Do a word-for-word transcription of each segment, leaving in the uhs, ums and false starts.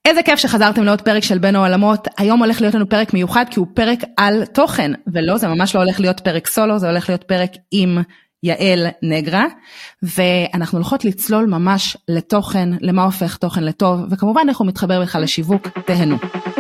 איזה כיף שחזרתם לעוד פרק של בין העולמות. היום הולך להיות לנו פרק מיוחד כי הוא פרק על תוכן, ולא, זה ממש לא הולך להיות פרק סולו, זה הולך להיות פרק עם יעל נגרה, ואנחנו הולכות לצלול ממש לתוכן, למה הופך תוכן לטוב, וכמובן איך הוא מתחבר בכלל לשיווק. תהנו.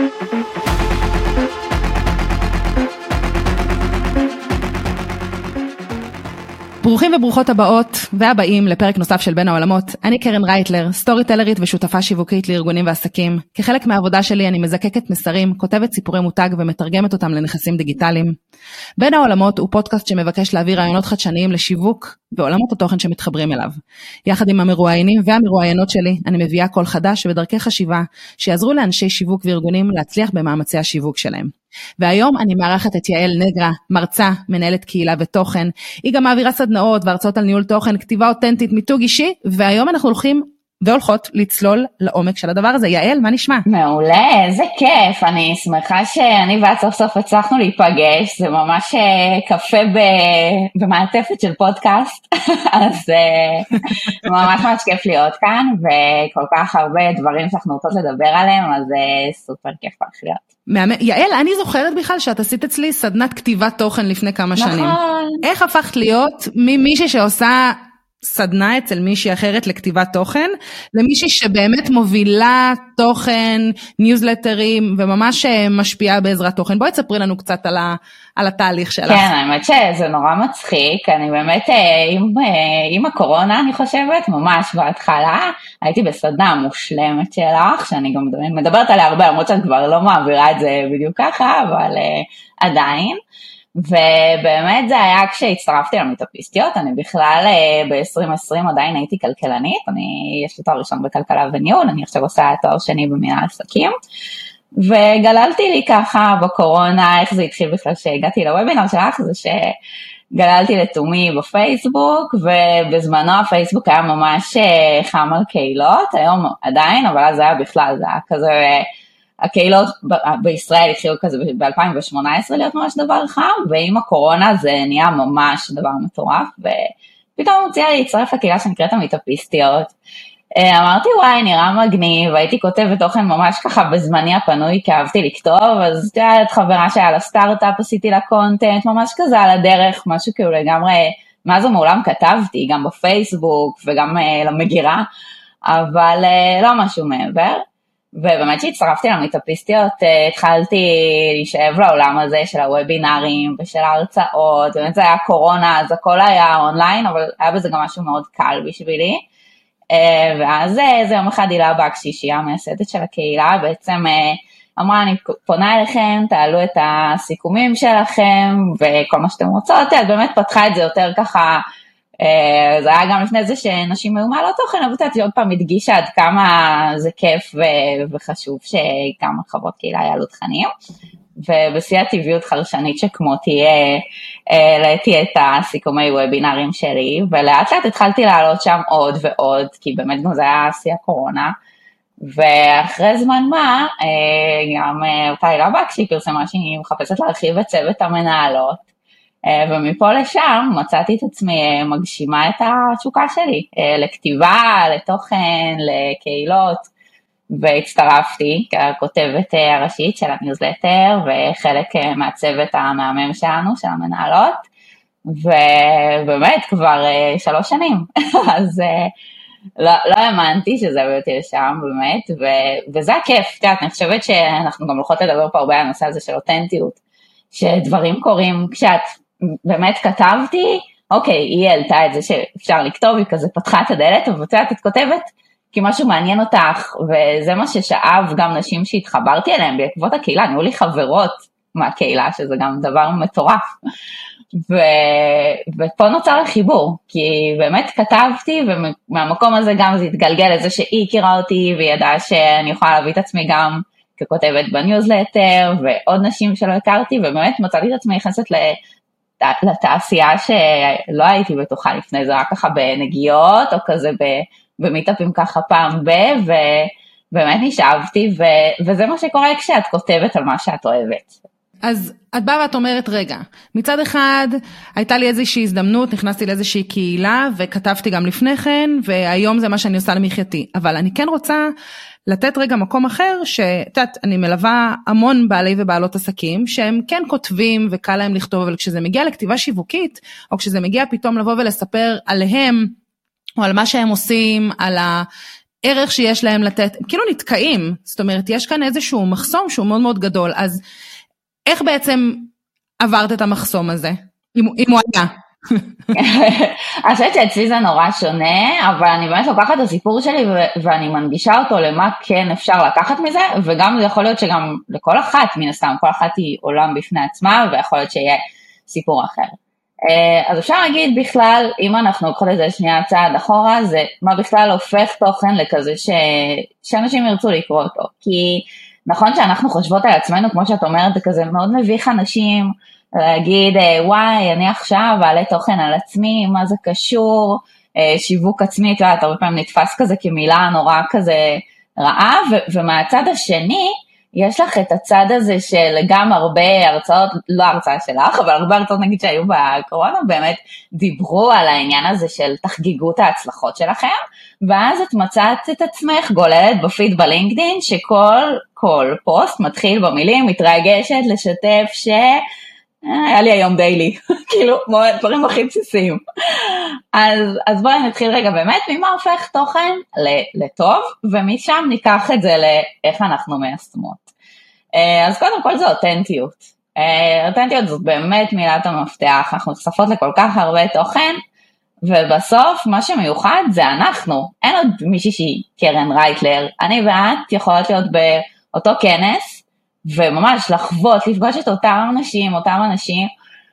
ברוכים וברוכות הבאות והבאים לפרק נוסף של בין העולמות. אני קרן רייטלר, סטורי טלרית ושותפה שיווקית לארגונים ועסקים. כחלק מהעבודה שלי אני מזקקת מסרים, כותבת סיפורי מותג ומתרגמת אותם לנכסים דיגיטליים. בין העולמות הוא פודקאסט שמבקש להביא רעיונות חדשניים לשיווק ועולמות התוכן שמתחברים אליו. יחד עם המרואיינים והמרואיינות שלי, אני מביאה קול חדש ודרכי חשיבה שיעזרו לאנשי שיווק וארגונים להצליח במאמצי השיווק שלהם. והיום אני מארחת את יעל נגרה, מרצה, מנהלת קהילה ותוכן. היא גם מעבירה סדנאות והרצאות על ניהול תוכן, כתיבה אותנטית, מיתוג אישי, והיום אנחנו הולכים והולכות לצלול לעומק של הדבר הזה. יעל, מה נשמע? מעולה, איזה כיף. אני שמחה שאני ואת סוף סוף הצלחנו להיפגש. זה ממש קפה במעטפת של פודקאסט, אז ממש ממש כיף להיות כאן, וכל כך הרבה דברים שאנחנו רוצות לדבר עליהם, אז סופר כיף לך להיות. יעל, אני זוכרת בכלל שאת עשית אצלי סדנת כתיבת תוכן לפני כמה שנים. נכון. איך הפכת להיות ממישהי שעושה סדנה אצל מישהי אחרת לכתיבת תוכן, למישהי שבאמת מובילה תוכן, ניוזלטרים, וממש משפיעה בעזרת תוכן? בואי תספרי לנו קצת על, ה, על התהליך שלך. כן, האמת שזה נורא מצחיק. אני באמת, עם, עם הקורונה, אני חושבת, ממש בהתחלה, הייתי בסדנה מושלמת שלך, שאני גם מדברת עליה הרבה, למרות שאת כבר לא מעבירה את זה בדיוק ככה, אבל עדיין. ובאמת זה היה כשהצטרפתי למיטאפיסטיות. אני בכלל ב-עשרים עשרים עדיין הייתי כלכלנית, אני יש לי תואר ראשון בכלכלה וניהול, אני עכשיו עושה תואר שני במנהל עסקים, וגללתי לי ככה בקורונה, איך זה התחיל בכלל שהגעתי לוובינר שלך, זה שגללתי לתומי בפייסבוק, ובזמנו הפייסבוק היה ממש חם על קהילות, היום עדיין, אבל אז זה היה בכלל, זה היה כזה, הקהילות בישראל התחילו כזה ב-אלפיים שמונה עשרה להיות ממש דבר חם, ועם הקורונה זה נהיה ממש דבר מטורף, ופתאום הוציאה לי להצטרף לקהילה שנקראת המיטאפיסטיות. אמרתי וואי, נראה מגניב, הייתי כותבת תוכן ממש ככה בזמני הפנוי, כי אהבתי לכתוב, אז תיארת חברה שהיה לה סטארט-אפ, עשיתי לה קונטנט, ממש כזה על הדרך, משהו כאילו לגמרי, מה זה מעולם כתבתי, גם בפייסבוק וגם למגירה, אבל לא משהו מעבר. ובאמת שהצטרפתי למיטאפיסטיות, התחלתי להישאב לעולם הזה של הוובינרים ושל ההרצאות, באמת זה היה קורונה, אז הכל היה אונליין, אבל היה בזה גם משהו מאוד קל בשבילי, ואז זה יום אחד הילה בקשי, שהיא המייסדת של הקהילה, בעצם אמרה, אני פונה אליכם, תעלו את הסיכומים שלכם, וכל מה שאתם רוצות, אז באמת פתחה את זה יותר ככה, זה היה גם לפני זה שנשים היו מעלות תוכן, אבל תעתי עוד פעם הדגישה עד כמה זה כיף וחשוב שגם חברות קהילה יעלו תכנים, ובשיא הטבעיות חרשנית שכמותי העליתי את הסיכומי וובינרים שלי, ולאט לאט התחלתי לעלות שם עוד ועוד, כי באמת גם זה היה שיא הקורונה, ואחרי זמן מה, גם אותה הילה בקשי פרסמה שהיא מחפשת להרחיב את צוות המנהלות, ומפה לשם מצאתי את עצמי מגשימה את התשוקה שלי, לכתיבה, לתוכן, לקהילות, והצטרפתי ככותבת הראשית של הניוזלטר, וחלק מהצוות המאמם שלנו, של המנהלות, ובאמת כבר שלוש שנים, אז לא, לא האמנתי שזה הביא אותי לשם, באמת, ו- וזה הכיף. תראה, אני חושבת שאנחנו גם הולכות לדבר פה הרבה על הנושא הזה של אותנטיות, שדברים קורים כשאת באמת כתבתי, אוקיי, היא העלתה את זה שאפשר לכתוב, היא כזה פתחה את הדלת, ובצעת את כותבת, כי משהו מעניין אותך, וזה מה ששאב גם נשים שהתחברתי אליהם בעקבות הקהילה, נהיו לי חברות מהקהילה, שזה גם דבר מטורף, ו... ופה נוצר החיבור, כי באמת כתבתי, ומהמקום הזה גם זה התגלגל לזה שהיא הכירה אותי, והיא ידעה שאני יכולה להביא את עצמי גם ככותבת בניוזלטר, ועוד נשים שלא הכרתי, ובאמת מצאתי את עצמי נכנסת לתעשייה שלא הייתי בטוחה לפני זה, רק ככה בנגיעות, או כזה במיטאפים ככה פעם ב, ובאמת נשאבתי, ו... וזה מה שקורה כשאת כותבת על מה שאת אוהבת. אז את באה ואת אומרת, רגע, מצד אחד הייתה לי איזושהי הזדמנות, נכנסתי לאיזושהי קהילה וכתבתי גם לפני כן, והיום זה מה שאני עושה למחייתי. אבל אני כן רוצה לתת רגע מקום אחר, שתת, אני מלווה המון בעלי ובעלות עסקים, שהם כן כותבים וקל להם לכתוב, אבל כשזה מגיע לכתיבה שיווקית, או כשזה מגיע פתאום לבוא ולספר עליהם, או על מה שהם עושים, על הערך שיש להם לתת, כאילו נתקעים, זאת אומרת, יש כאן איזשהו מחסום שהוא מאוד מאוד גדול, אז איך בעצם עברת את המחסום הזה, אם, אם הוא היה? אני חושבת שאצלי זה נורא שונה, אבל אני באמת לוקחת את הסיפור שלי ו- ואני מנגישה אותו למה כן אפשר לקחת מזה, וגם זה יכול להיות שגם לכל אחת, מן הסתם, כל אחת היא עולם בפני עצמה, ויכול להיות שיהיה סיפור אחר. אז אפשר להגיד בכלל, אם אנחנו לוקחות את זה שנייה צעד אחורה, זה מה בכלל הופך תוכן לכזה ש... שאנשים ירצו לקרוא אותו, כי נכון שאנחנו חושבות על עצמנו, כמו שאת אומרת, זה כזה מאוד מביך אנשים, להגיד, וואי, אני עכשיו אעלה תוכן על עצמי, מה זה קשור, שיווק עצמי, אתה הרבה פעמים נתפס כזה כמילה נורא כזה רעה, ו- ומהצד השני, יש לך את הצד הזה של גם הרבה הרצאות, לא הרצאה שלך, אבל הרבה הרצאות נגיד שהיו בקורונה, באמת דיברו על העניין הזה של תחגיגות ההצלחות שלכם, ואז את מצאת את עצמך גוללת בפיד בלינקדין, שכל כל פוסט מתחיל במילים, מתרגשת לשתף ש... היה לי היום דיילי, כאילו, דברים הכי בסיסיים. אז, אז בואי נתחיל רגע באמת, ממה הופך תוכן לטוב, ומשם ניקח את זה לאיך אנחנו מיישמות. אז קודם כל זה אותנטיות. אותנטיות זאת באמת מילת המפתח, אנחנו נחשפות לכל כך הרבה תוכן, ובסוף מה שמיוחד זה אנחנו. אין עוד מישהי שהיא קרן רייטלר, אני ואת יכולות להיות באותו כנס, וממש לחוות, לפגוש את אותם אנשים, אותם אנשים,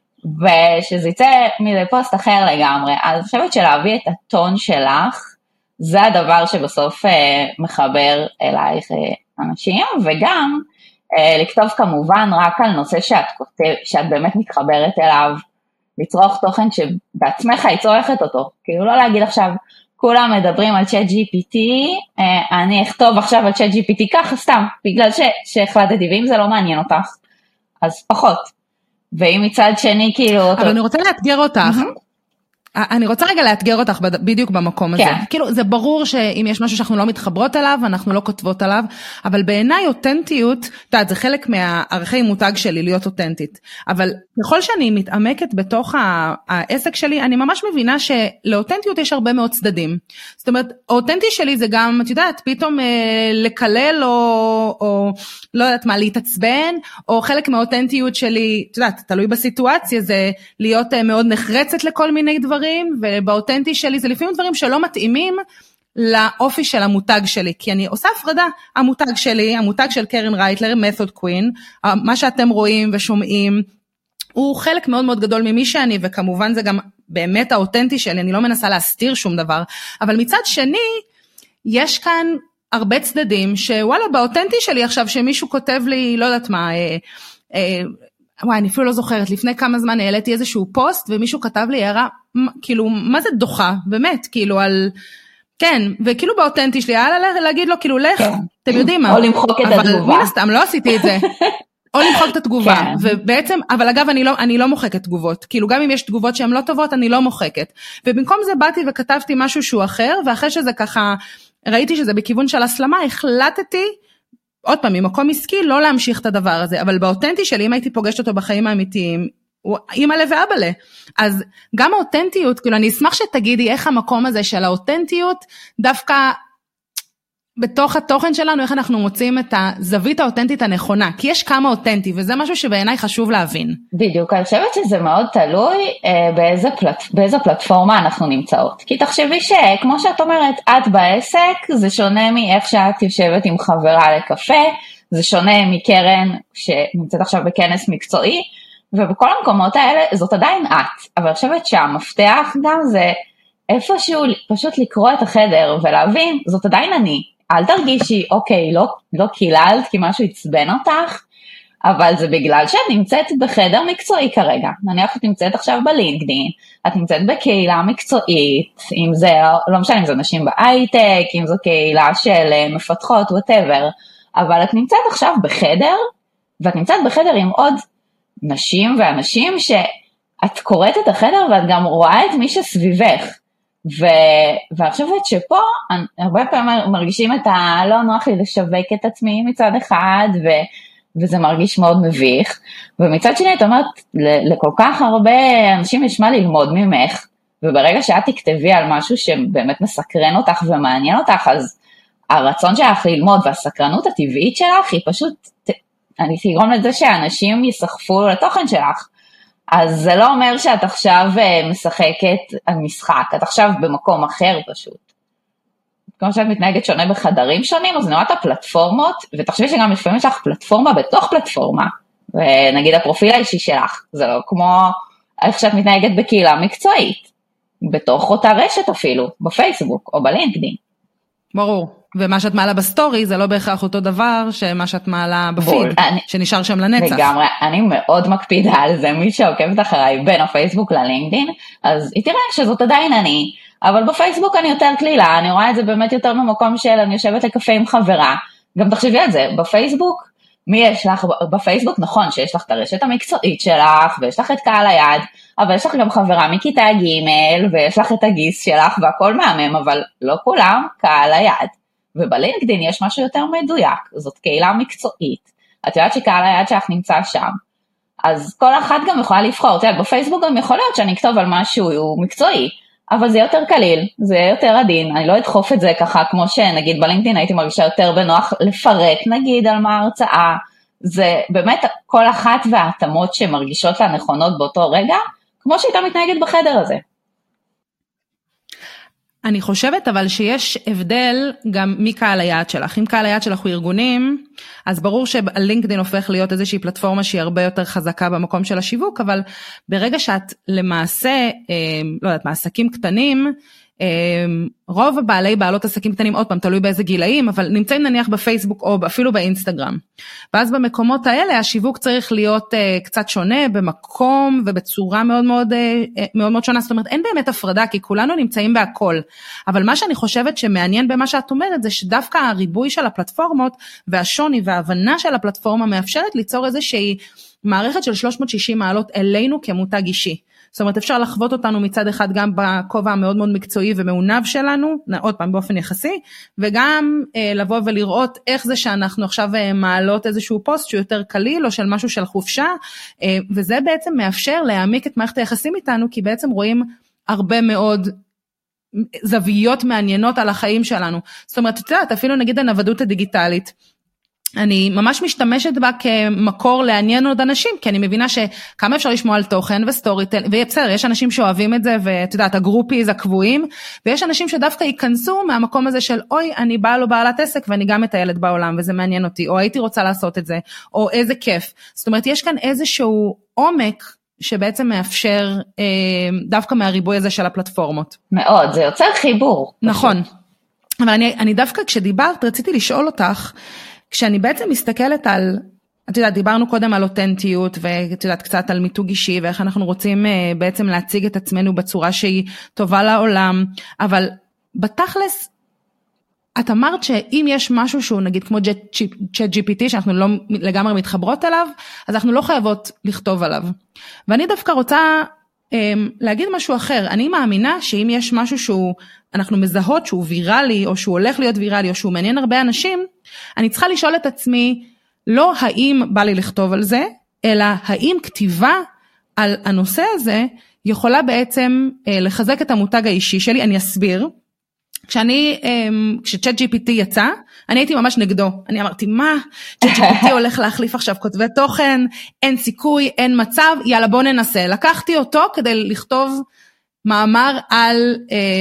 ושזה יצא מזה פוסט אחר לגמרי. אז אני חושבת שלהביא את הטון שלך, זה הדבר שבסוף אה, מחבר אלייך אה, אנשים, וגם אה, לכתוב כמובן רק על נושא שאת, כותב, שאת באמת מתחברת אליו, לצרוך תוכן שבעצמך היא צורכת אותו, כאילו לא להגיד עכשיו, כולם מדברים על צ'אט ג'י פי טי, אני אכתוב עכשיו על צ'אט ג'י פי טי ככה סתם, בגלל שהחלטתי, ואם זה לא מעניין אותך, אז פחות. ואם מצד שני כאילו... אבל אני רוצה לאתגר אותך, אני רוצה רגע לאתגר אותך בדיוק במקום הזה. כאילו זה ברור שאם יש משהו שאנחנו לא מתחברות עליו, אנחנו לא כותבות עליו, אבל בעיניי אותנטיות, תעת, זה חלק מהערכי מותג שלי להיות אותנטית. אבל ככל שאני מתעמקת בתוך העסק שלי, אני ממש מבינה שלאותנטיות יש הרבה מאוד צדדים. זאת אומרת, האותנטי שלי זה גם, את יודעת, פתאום אה, לקלל או, או לא יודעת מה, להתעצבן, או חלק מהאותנטיות שלי, את יודעת, תלוי בסיטואציה, זה להיות אה, מאוד נחרצת לכל מיני דברים, ובאותנטי שלי זה לפעמים דברים שלא מתאימים לאופי של המותג שלי, כי אני עושה הפרדה, המותג שלי, המותג של קרן רייטלר, Method Queen, מה שאתם רואים ושומעים, הוא חלק מאוד מאוד גדול ממי שאני, וכמובן זה גם באמת האותנטי שלי, אני לא מנסה להסתיר שום דבר, אבל מצד שני, יש כאן הרבה צדדים, שוואלה, באותנטי שלי עכשיו, שמישהו כותב לי, לא יודעת מה, אה, אה, וואי, אני אפילו לא זוכרת, לפני כמה זמן העליתי איזשהו פוסט, ומישהו כתב לי הערה, כאילו, מה זה דוחה? באמת, כאילו, על, כן, וכאילו באותנטי שלי, היה להגיד לו, כאילו, לך, אתם יודעים מה. או למחוק את התגובה. אבל מן הסתם, לא עשיתי את זה. או למחוק את התגובה, ובעצם, אבל אגב, אני לא, אני לא מוחקת תגובות, כאילו, גם אם יש תגובות שהן לא טובות, אני לא מוחקת. ובמקום זה באתי וכתבתי משהו שהוא אחר, ואחרי שזה ככה, ראיתי שזה בכיוון של הסלמה, החלטתי, עוד פעם, ממקום עסקי, לא להמשיך את הדבר הזה, אבל באותנטי שלי, אם הייתי פוגשת אותו בחיים האמיתיים, הוא אימא לב ואבא לה. אז גם האותנטיות, כאילו, אני אשמח שתגידי איך המקום הזה של האותנטיות, דווקא בתוך התוכן שלנו, איך אנחנו מוצאים את הזווית האותנטית הנכונה, כי יש כמה אותנטי, וזה משהו שבעיניי חשוב להבין. בדיוק, אני חושבת שזה מאוד תלוי אה, באיזה, פלט, באיזה פלטפורמה אנחנו נמצאות, כי תחשבי שכמו שאת אומרת, את בעסק, זה שונה מאיך שאת יושבת עם חברה לקפה, זה שונה מקרן שנמצאת עכשיו בכנס מקצועי, ובכל המקומות האלה זאת עדיין את, אבל אני חושבת שהמפתח גם זה איפשהו פשוט לקרוא את החדר ולהבין, זאת עדיין אני, אל תרגישי, אוקיי, לא, לא קיללת כי משהו יצבן אותך, אבל זה בגלל שאת נמצאת בחדר מקצועי כרגע, נניח את נמצאת עכשיו בלינקדין, את נמצאת בקהילה מקצועית, אם זה, לא משנה אם זה נשים בהייטק, אם זו קהילה של מפתחות, whatever, אבל את נמצאת עכשיו בחדר, ואת נמצאת בחדר עם עוד נשים ואנשים שאת קוראת את החדר ואת גם רואה את מי שסביבך, ו... ואני חושבת שפה הרבה פעמים מרגישים את הלא נוח לי לשווק את עצמי מצד אחד, ו... וזה מרגיש מאוד מביך, ומצד שני את אומרת, לכל כך הרבה אנשים יש מה ללמוד ממך, וברגע שאת תכתבי על משהו שבאמת מסקרן אותך ומעניין אותך, אז הרצון שלך ללמוד והסקרנות הטבעית שלך היא פשוט, אני תגרום לזה שאנשים יסחפו לתוכן שלך, אז זה לא אומר שאת עכשיו משחקת על משחק, את עכשיו במקום אחר פשוט. כמו שאת מתנהגת שונה בחדרים שונים, אז נראה את הפלטפורמות, ותחשבי שגם לפעמים יש לך פלטפורמה בתוך פלטפורמה, ונגיד הפרופיל האישי שלך, זה לא כמו איך שאת מתנהגת בקהילה מקצועית, בתוך אותה רשת אפילו, בפייסבוק או בלינקדין. ברור, ומה שאת מעלה בסטורי, זה לא בהכרח אותו דבר, שמה שאת מעלה בפיד, אני, שנשאר שם לנצח. לגמרי, אני מאוד מקפידה על זה, מי שעוקבת אחריי בין הפייסבוק ללינקדין, אז היא תראה שזאת עדיין אני, אבל בפייסבוק אני יותר כלילה, אני רואה את זה באמת יותר ממקום של אני יושבת לקפה עם חברה, גם תחשבי על זה, בפייסבוק, מי יש לך, בפייסבוק נכון שיש לך את הרשת המקצועית שלך, ויש לך את קהל היד, אבל יש לך גם חברה מכיתה ג' ויש לך את הגיס שלך, והכל מהמם, אבל לא כולם קהל היד, ובלינקדין יש משהו יותר מדויק, זאת קהילה מקצועית, את יודעת שקהל היד שלך נמצא שם, אז כל אחת גם יכולה לבחור, תראה, בפייסבוק גם יכול להיות שאני אכתוב על משהו מקצועי, אבל זה יותר קליל, זה יותר עדין, אני לא אדחוף את זה ככה, כמו שנגיד בלינקדין הייתי מרגישה יותר בנוח לפרט, נגיד על מה ההרצאה, זה באמת כל אחת וההתאמות שמרגישות לה נכונות באותו רגע, כמו שהייתה מתנהגת בחדר הזה. אני חושבת אבל שיש הבדל גם מקהל היעד שלך. אם קהל היעד שלך הוא ארגונים, אז ברור שהלינקדין הופך להיות איזושהי פלטפורמה שהיא הרבה יותר חזקה במקום של השיווק, אבל ברגע שאת למעשה, לא יודעת, מעסקים קטנים, רוב הבעלי בעלות עסקים קטנים, עוד פעם, תלוי באיזה גילאים, אבל נמצאים נניח בפייסבוק או אפילו באינסטגרם. ואז במקומות האלה השיווק צריך להיות קצת שונה במקום ובצורה מאוד מאוד, מאוד מאוד שונה. זאת אומרת, אין באמת הפרדה, כי כולנו נמצאים בהכל. אבל מה שאני חושבת שמעניין במה שאת אומרת, זה שדווקא הריבוי של הפלטפורמות והשוני וההבנה של הפלטפורמה מאפשרת ליצור איזושהי מערכת של שלוש מאות ושישים מעלות אלינו כמותג אישי. זאת אומרת, אפשר לחוות אותנו מצד אחד גם בכובע המאוד מאוד מקצועי ומעונב שלנו, עוד פעם באופן יחסי, וגם אה, לבוא ולראות איך זה שאנחנו עכשיו אה, מעלות איזשהו פוסט שהוא יותר קליל, או של משהו של חופשה, אה, וזה בעצם מאפשר להעמיק את מערכת היחסים איתנו, כי בעצם רואים הרבה מאוד זוויות מעניינות על החיים שלנו. זאת אומרת, את יודעת, אפילו נגיד הנוודות הדיגיטלית, אני ממש משתמשת בה כמקור לעניין עוד אנשים, כי אני מבינה שכמה אפשר לשמוע על תוכן וסטורי, ובסדר, יש אנשים שאוהבים את זה, ואת יודעת, הגרופיז הקבועים, ויש אנשים שדווקא ייכנסו מהמקום הזה של, אוי, אני באה לו בעלת עסק, ואני גם מטיילת בעולם, וזה מעניין אותי, או הייתי רוצה לעשות את זה, או איזה כיף. זאת אומרת, יש כאן איזשהו עומק, שבעצם מאפשר אה, דווקא מהריבוי הזה של הפלטפורמות. מאוד, זה יוצר חיבור. נכון. אבל אני, אני דווקא כשדיברת, רציתי לשאול אותך, כשאני בעצם מסתכלת על, את יודעת, דיברנו קודם על אותנטיות, ואת יודעת, קצת על מיתוג אישי, ואיך אנחנו רוצים בעצם להציג את עצמנו בצורה שהיא טובה לעולם, אבל בתכלס, את אמרת שאם יש משהו שהוא נגיד כמו צ'אט ג'י פי טי, שאנחנו לא לגמרי מתחברות אליו, אז אנחנו לא חייבות לכתוב עליו. ואני דווקא רוצה להגיד משהו אחר, אני מאמינה שאם יש משהו שהוא, אנחנו מזהות שהוא ויראלי, או שהוא הולך להיות ויראלי, או שהוא מעניין הרבה אנשים, אני צריכה לשאול את עצמי, לא האם בא לי לכתוב על זה, אלא האם כתיבה על הנושא הזה, יכולה בעצם לחזק את המותג האישי שלי, אני אסביר, כשאני, כשצ'אט ג'י פי טי יצא, אני הייתי ממש נגדו, אני אמרתי, מה, צ'אט ג'י פי טי הולך להחליף עכשיו כותבי תוכן, אין סיכוי, אין מצב, יאללה בוא ננסה, לקחתי אותו כדי לכתוב מאמר על,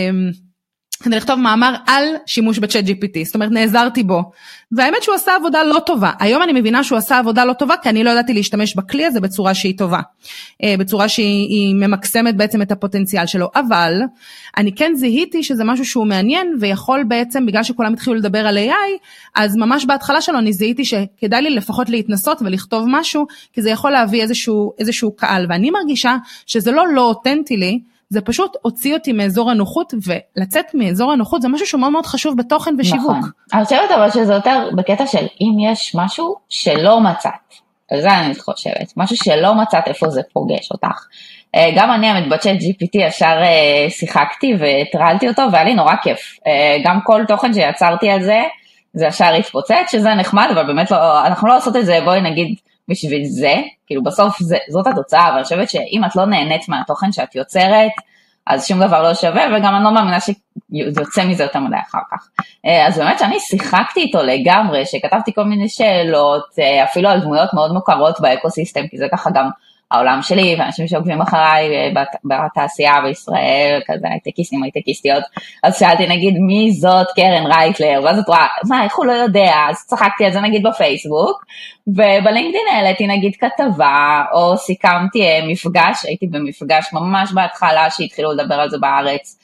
כדי לכתוב מאמר על שימוש בצ'אט ג'י פי טי, זאת אומרת נעזרתי בו, והאמת שהוא עשה עבודה לא טובה, היום אני מבינה שהוא עשה עבודה לא טובה, כי אני לא ידעתי להשתמש בכלי הזה בצורה שהיא טובה, בצורה שהיא ממקסמת בעצם את הפוטנציאל שלו, אבל אני כן זיהיתי שזה משהו שהוא מעניין, ויכול בעצם, בגלל שכולם התחילו לדבר על איי איי, אז ממש בהתחלה שלו אני זיהיתי שכדאי לי לפחות להתנסות ולכתוב משהו, כי זה יכול להביא איזשהו, איזשהו קהל, ואני מרגישה שזה לא לא אותנטי לי, זה פשוט הוציא אותי מאזור הנוחות, ולצאת מאזור הנוחות זה משהו שהוא מאוד מאוד חשוב בתוכן ושיווק. נכון. אני חושבת אבל שזה יותר בקטע של אם יש משהו שלא מצאת, על זה אני חושבת, משהו שלא מצאת איפה זה פוגש אותך. גם אני המתבצ'ט ג'י פי טי ישר שיחקתי והטרלתי אותו, והיה לי נורא כיף. גם כל תוכן שיצרתי על זה, זה ישר התפוצץ, שזה נחמד, אבל באמת לא, אנחנו לא עושות את זה, בואי נגיד בשביל זה, כאילו בסוף זה, זאת התוצאה, אבל אני חושבת שאם את לא נהנית מהתוכן שאת יוצרת, אז שום דבר לא שווה, וגם אני לא מאמינה שיוצא מזה יותר מדי אחר כך. אז באמת שאני שיחקתי איתו לגמרי, שכתבתי כל מיני שאלות, אפילו על דמויות מאוד מוכרות באקוסיסטם, כי זה ככה גם העולם שלי, ואנשים שעוקבים אחריי בתעשייה בישראל, כזה הייטקיסטים, הייטקיסטיות, אז שאלתי נגיד מי זאת קרן רייטלר, ואז את רואה, מה, איך הוא לא יודע, אז צחקתי על זה נגיד בפייסבוק, ובלינקדין העליתי נגיד כתבה, או סיכמתי מפגש, הייתי במפגש ממש בהתחלה, שהתחילו לדבר על זה בארץ,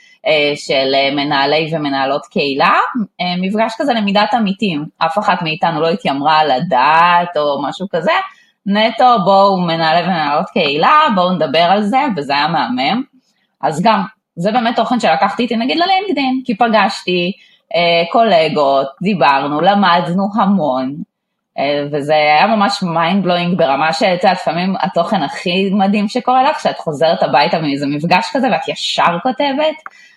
של מנהלי ומנהלות קהילה, מפגש כזה למידת עמיתים, אף אחת מאיתנו לא התיימרה על הדעת, או משהו כזה, נטו בואו מנהלי ומנהלות קהילה, בואו נדבר על זה, וזה היה מהמם. אז גם, זה באמת תוכן שלקחתי איתי נגיד ללינקדין, כי פגשתי אה, קולגות, דיברנו, למדנו המון, אה, וזה היה ממש mind blowing ברמה שיצא, לפעמים התוכן הכי מדהים שקורה לך, שאת חוזרת הביתה מאיזה מפגש כזה, ואת ישר כותבת,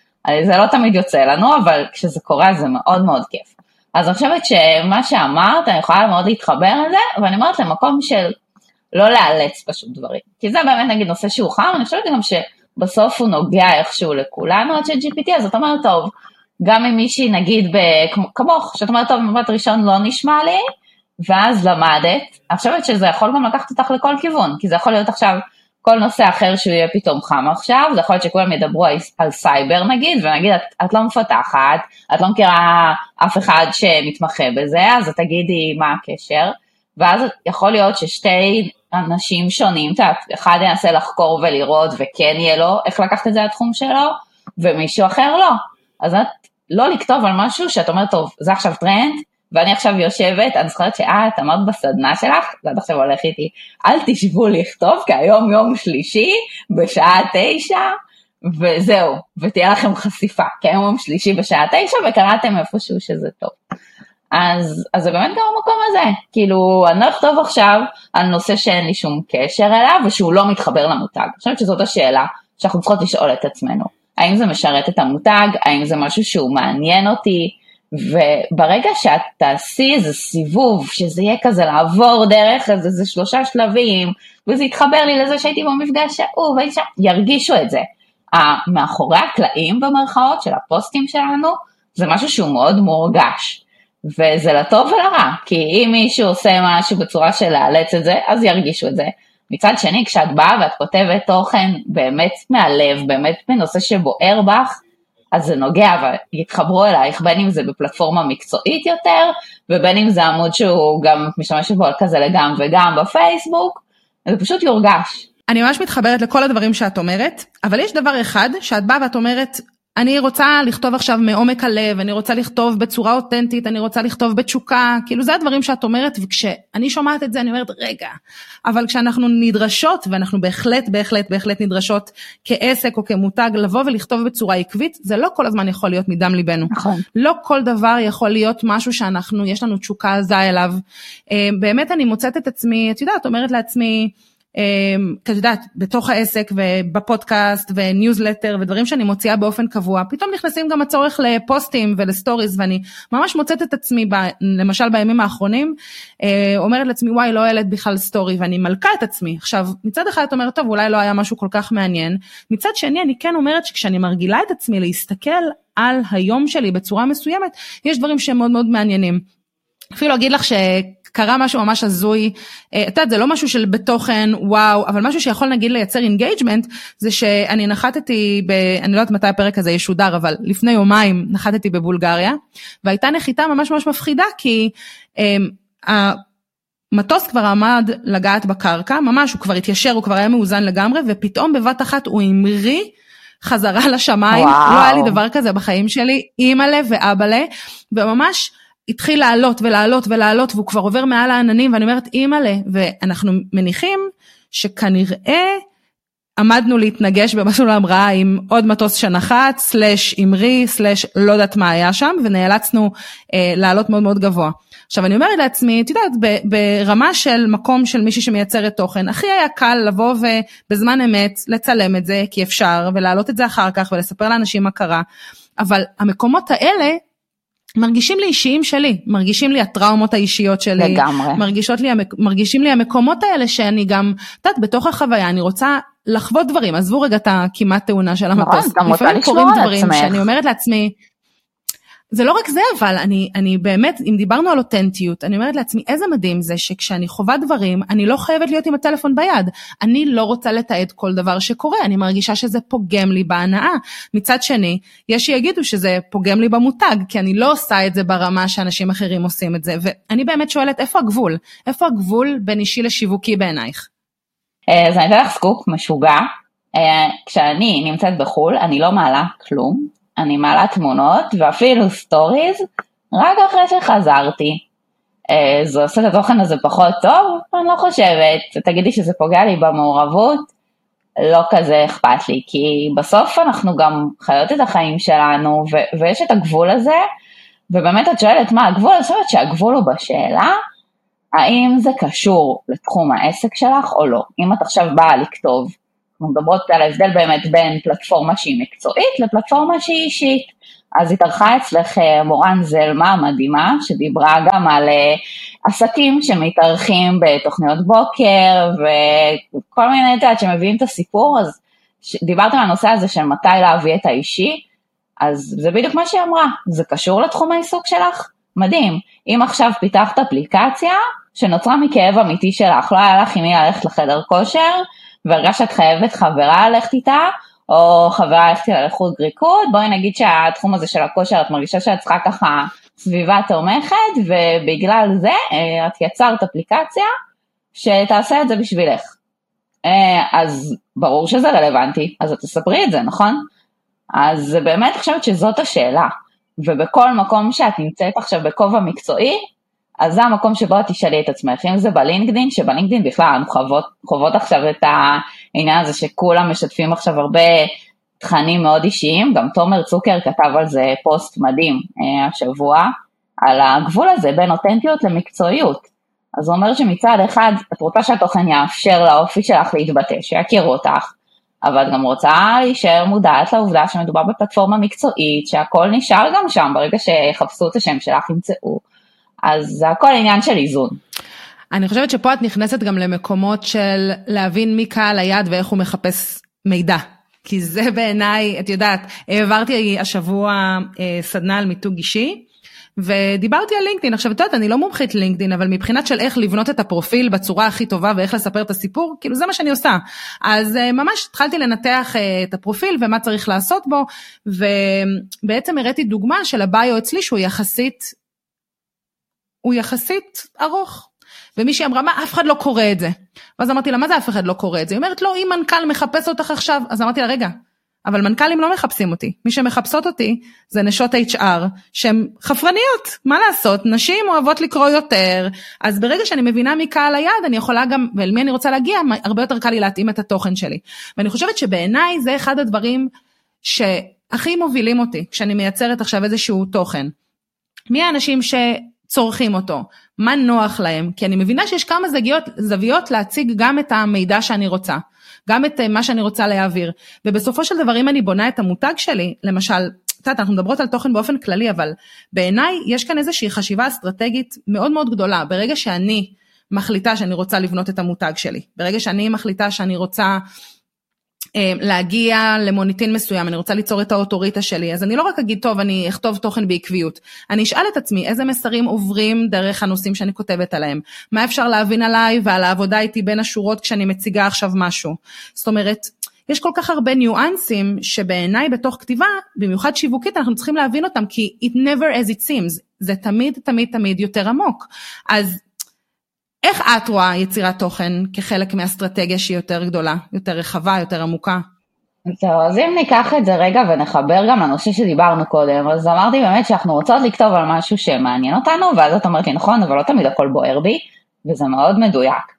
זה לא תמיד יוצא לנו, אבל כשזה קורה זה מאוד מאוד כיף. אז אני חושבת שמה שאמרת, אני יכולה מאוד להתחבר לזה, ואני אומרת למקום של לא לאלץ פשוט דברים. כי זה באמת נגיד נושא שהוא חם, אני חושבת גם שבסוף הוא נוגע איכשהו לכולנו עד ש-ג'י פי טי, אז אתה אומר טוב, גם אם מישהי נגיד כמוך, שאת אומרת טוב, מבט ראשון לא נשמע לי, ואז למדת, אני חושבת שזה יכול גם לקחת אותך לכל כיוון, כי זה יכול להיות עכשיו כל נושא אחר שהוא יהיה פתאום חם עכשיו, זה יכול להיות שכולם ידברו על, על סייבר נגיד, ונגיד את, את לא מפתחת, את לא מכירה אף אחד שמתמחה בזה, אז את תגידי מה הקשר, ואז יכול להיות ששתי אנשים שונים, אחד ינסה לחקור ולראות, וכן יהיה לו איך לקחת את זה לתחום שלו, ומישהו אחר לא. אז את לא לכתוב על משהו שאת אומרת, טוב, זה עכשיו טרנד, ואני עכשיו יושבת, אני זוכרת שאת אמרת בסדנה שלך, ואת עכשיו הולך איתי, אל תשבו לכתוב, כי היום יום שלישי, בשעה תשע, וזהו, ותהיה לכם חשיפה, כי היום יום שלישי בשעה תשע, וקראתם איפשהו שזה טוב. אז, אז זה באמת גם המקום הזה, כאילו, אני לא אכתוב עכשיו על נושא שאין לי שום קשר אליו, ושהוא לא מתחבר למותג. אני חושבת שזאת השאלה שאנחנו צריכות לשאול את עצמנו. האם זה משרת את המותג, האם זה משהו שהוא מעניין אותי, וברגע שאת תעשי איזה סיבוב, שזה יהיה כזה לעבור דרך איזה, איזה שלושה שלבים, וזה יתחבר לי לזה שהייתי במפגש שהוא, והייתי שם, ירגישו את זה. מאחורי הקלעים במרכאות של הפוסטים שלנו, זה משהו שהוא מאוד מורגש, וזה לטוב ולרע, כי אם מישהו עושה משהו בצורה של להעלץ את זה, אז ירגישו את זה. מצד שני, כשאת באה ואת כותבת תוכן באמת מהלב, באמת בנושא שבוער בך, אז זה נוגע ויתחברו אלייך, בין אם זה בפלטפורמה מקצועית יותר, ובין אם זה עמוד שהוא גם משתמש בו כזה לגם וגם בפייסבוק, זה פשוט יורגש. אני ממש מתחברת לכל הדברים שאת אומרת, אבל יש דבר אחד שאת באה ואת אומרת, אני רוצה לכתוב עכשיו מעומק הלב, אני רוצה לכתוב בצורה אותנטית, אני רוצה לכתוב בתשוקה, כאילו זה הדברים שאת אומרת, וכשאני שומעת את זה אני אומרת, רגע, אבל כשאנחנו נדרשות, ואנחנו בהחלט, בהחלט, בהחלט נדרשות כעסק או כמותג, לבוא ולכתוב בצורה עקבית, זה לא כל הזמן יכול להיות מדם ליבנו. נכון. לא כל דבר יכול להיות משהו שאנחנו, יש לנו תשוקה עזה אליו. באמת אני מוצאת את עצמי, את יודעת, אומרת לעצמי, כי את יודעת, בתוך העסק ובפודקאסט וניוזלטר ודברים שאני מוציאה באופן קבוע, פתאום נכנסים גם הצורך לפוסטים ולסטוריז, ואני ממש מוצאת את עצמי, למשל בימים האחרונים, אומרת לעצמי, וואי, לא ילד בכלל סטורי, ואני מלכה את עצמי. עכשיו, מצד אחד את אומרת, טוב, אולי לא היה משהו כל כך מעניין, מצד שני אני כן אומרת שכשאני מרגילה את עצמי להסתכל על היום שלי בצורה מסוימת, יש דברים שהם מאוד מאוד מעניינים. אפילו אגיד לך שקרה משהו ממש הזוי, את יודעת, זה לא משהו של בתוכן, וואו, אבל משהו שיכול נגיד לייצר אינגייג'מנט, זה שאני נחתתי, ב, אני לא יודעת מתי הפרק הזה ישודר, אבל לפני יומיים נחתתי בבולגריה, והייתה נחיתה ממש ממש מפחידה, כי אה, המטוס כבר עמד לגעת בקרקע, ממש הוא כבר התיישר, הוא כבר היה מאוזן לגמרי, ופתאום בבת אחת הוא המריא, חזרה לשמיים, וואו. לא היה לי דבר כזה בחיים שלי, אמא לב ואבא לב, וממש התחיל לעלות ולעלות ולעלות, והוא כבר עובר מעל העננים, ואני אומרת, אימא'לה, ואנחנו מניחים שכנראה עמדנו להתנגש במסלול ההמראה עם עוד מטוס שנחת, סלש אמרי, סלש לא יודעת מה היה שם, ונאלצנו אה, לעלות מאוד מאוד גבוה. עכשיו אני אומרת לעצמי, את יודעת, ברמה של מקום של מישהי שמייצרת תוכן, הכי היה קל לבוא ובזמן אמת לצלם את זה, כי אפשר, ולהעלות את זה אחר כך, ולספר לאנשים מה קרה, אבל המקומות האלה, מרגישים לי אישיים שלי, מרגישים לי הטראומות האישיות שלי, לגמרי. מרגישות לי, מרגישים לי המקומות האלה שאני גם, את יודעת, בתוך החוויה, אני רוצה לחוות דברים, עזבו רגע את הכמעט תאונה של המטוס, לפעמים קוראים דברים שאני אומרת לעצמי, זה לא רק זה, אבל אני, אני באמת, אם דיברנו על אותנטיות, אני אומרת לעצמי, איזה מדהים זה שכשאני חווה דברים, אני לא חייבת להיות עם הטלפון ביד. אני לא רוצה לתעד כל דבר שקורה, אני מרגישה שזה פוגם לי בהנאה. מצד שני, יש שיגידו שזה פוגם לי במותג, כי אני לא עושה את זה ברמה שאנשים אחרים עושים את זה. ואני באמת שואלת, איפה הגבול? איפה הגבול בין אישי לשיווקי בעינייך? אז אני אתן לך סקופ משוגע. כשאני נמצאת בחול, אני לא מעלה כלום. אני מעלה תמונות ואפילו סטוריז רק אחרי שחזרתי. זה עושה את התוכן הזה פחות טוב? אני לא חושבת. תגידי שזה פוגע לי במעורבות? לא כזה אכפת לי, כי בסוף אנחנו גם חיות את החיים שלנו, ו- ויש את הגבול הזה, ובאמת את שואלת מה הגבול? אני חושבת שהגבול הוא בשאלה, האם זה קשור לתחום העסק שלך או לא. אם את עכשיו באה לכתוב, אנחנו מדברות על ההבדל באמת בין פלטפורמה שהיא מקצועית לפלטפורמה שהיא אישית. אז התארחה אצלך מורן זלמה מדהימה, שדיברה גם על עסקים שמתארחים בתוכניות בוקר, וכל מיני דעת שמביאים את הסיפור, אז דיברתם על הנושא הזה של מתי להביא את האישי, אז זה בדיוק מה שהיא אמרה, זה קשור לתחום העיסוק שלך? מדהים. אם עכשיו פיתחת אפליקציה שנוצרה מכאב אמיתי שלך, לא היה לך עם מי ללכת לחדר כושר, והרגע שאת חייבת חברה ללכת איתה, או חברה ללכת איתה לחוג ריקוד, בואי נגיד שהתחום הזה של הכושר, את מרגישה שאת צריכה ככה סביבה תומכת, ובגלל זה את יצרת אפליקציה, שתעשה את זה בשבילך. אז ברור שזה רלוונטי, אז את תספרי את זה, נכון? אז באמת חושבת שזאת השאלה, ובכל מקום שאת נמצאת עכשיו בכובע מקצועי, אז זה המקום שבו את תשאלי את עצמך, אם זה בלינקדין, שבלינקדין בכלל אנחנו חוות, חוות עכשיו את העניין הזה שכולם משתפים עכשיו הרבה תכנים מאוד אישיים, גם תומר צוקר כתב על זה פוסט מדהים השבוע, על הגבול הזה בין אותנטיות למקצועיות. אז הוא אומר שמצד אחד, את רוצה שהתוכן יאפשר לאופי שלך להתבטא, שיכירו אותך, אבל את גם רוצה להישאר מודעת לעובדה שמדובר בפלטפורמה מקצועית, שהכל נשאר גם שם, ברגע שחפשו את השם שלך ימצאו. אז זה הכל עניין של איזון. אני חושבת שפה את נכנסת גם למקומות של להבין מי קהל היד ואיך הוא מחפש מידע. כי זה בעיניי, את יודעת, העברתי השבוע סדנה על מיתוג אישי, ודיברתי על לינקדין. עכשיו, את יודעת, אני לא מומחית לינקדין, אבל מבחינת של איך לבנות את הפרופיל בצורה הכי טובה ואיך לספר את הסיפור, כאילו זה מה שאני עושה. אז ממש התחלתי לנתח את הפרופיל ומה צריך לעשות בו, ובעצם הראיתי דוגמה של הביו אצלי שהוא יחסית הוא יחסית ארוך, ומישהי אמרה, מה, אף אחד לא קורא את זה, ואז אמרתי לה, מה זה אף אחד לא קורא את זה? היא אומרת, לא, אם מנכ"ל מחפש אותך עכשיו, אז אמרתי לה, רגע, אבל מנכ"לים לא מחפשים אותי, מי שמחפשות אותי, זה נשות אייץ' אר, שהן חפרניות, מה לעשות, נשים אוהבות לקרוא יותר, אז ברגע שאני מבינה מקהל היד, אני יכולה גם, ואל מי אני רוצה להגיע, הרבה יותר קל לי להתאים את התוכן שלי, ואני חושבת שבעיניי זה אחד הדברים, שהכי מובילים אותי, כשאני מייצרת עכשיו איזשהו תוכן, מי האנשים ש צורכים אותו, מה נוח להם, כי אני מבינה שיש כמה זוויות, זוויות להציג גם את המידע שאני רוצה, גם את מה שאני רוצה להעביר, ובסופו של דבר אם אני בונה את המותג שלי, למשל, תת, אנחנו מדברות על תוכן באופן כללי, אבל בעיניי יש כאן איזושהי חשיבה אסטרטגית מאוד מאוד גדולה, ברגע שאני מחליטה שאני רוצה לבנות את המותג שלי, ברגע שאני מחליטה שאני רוצה להגיע למוניטין מסוים, אני רוצה ליצור את האוטוריטה שלי, אז אני לא רק אגיד, טוב, אני אכתוב תוכן בעקביות, אני אשאל את עצמי, איזה מסרים עוברים דרך הנושאים שאני כותבת עליהם, מה אפשר להבין עליי ועל העבודה איתי בין השורות כשאני מציגה עכשיו משהו, זאת אומרת, יש כל כך הרבה ניואנסים שבעיניי בתוך כתיבה, במיוחד שיווקית, אנחנו צריכים להבין אותם, כי it never as it seems, זה תמיד, תמיד, תמיד יותר עמוק, אז איך את רואה יצירת תוכן כחלק מהאסטרטגיה שהיא יותר גדולה, יותר רחבה, יותר עמוקה? טוב, אז אם ניקח את זה רגע ונחבר גם לנושא שדיברנו קודם, אז אמרתי באמת שאנחנו רוצות לכתוב על משהו שמעניין אותנו, ואז את אומרת לי נכון, אבל לא תמיד הכל בוער בי, וזה מאוד מדויק.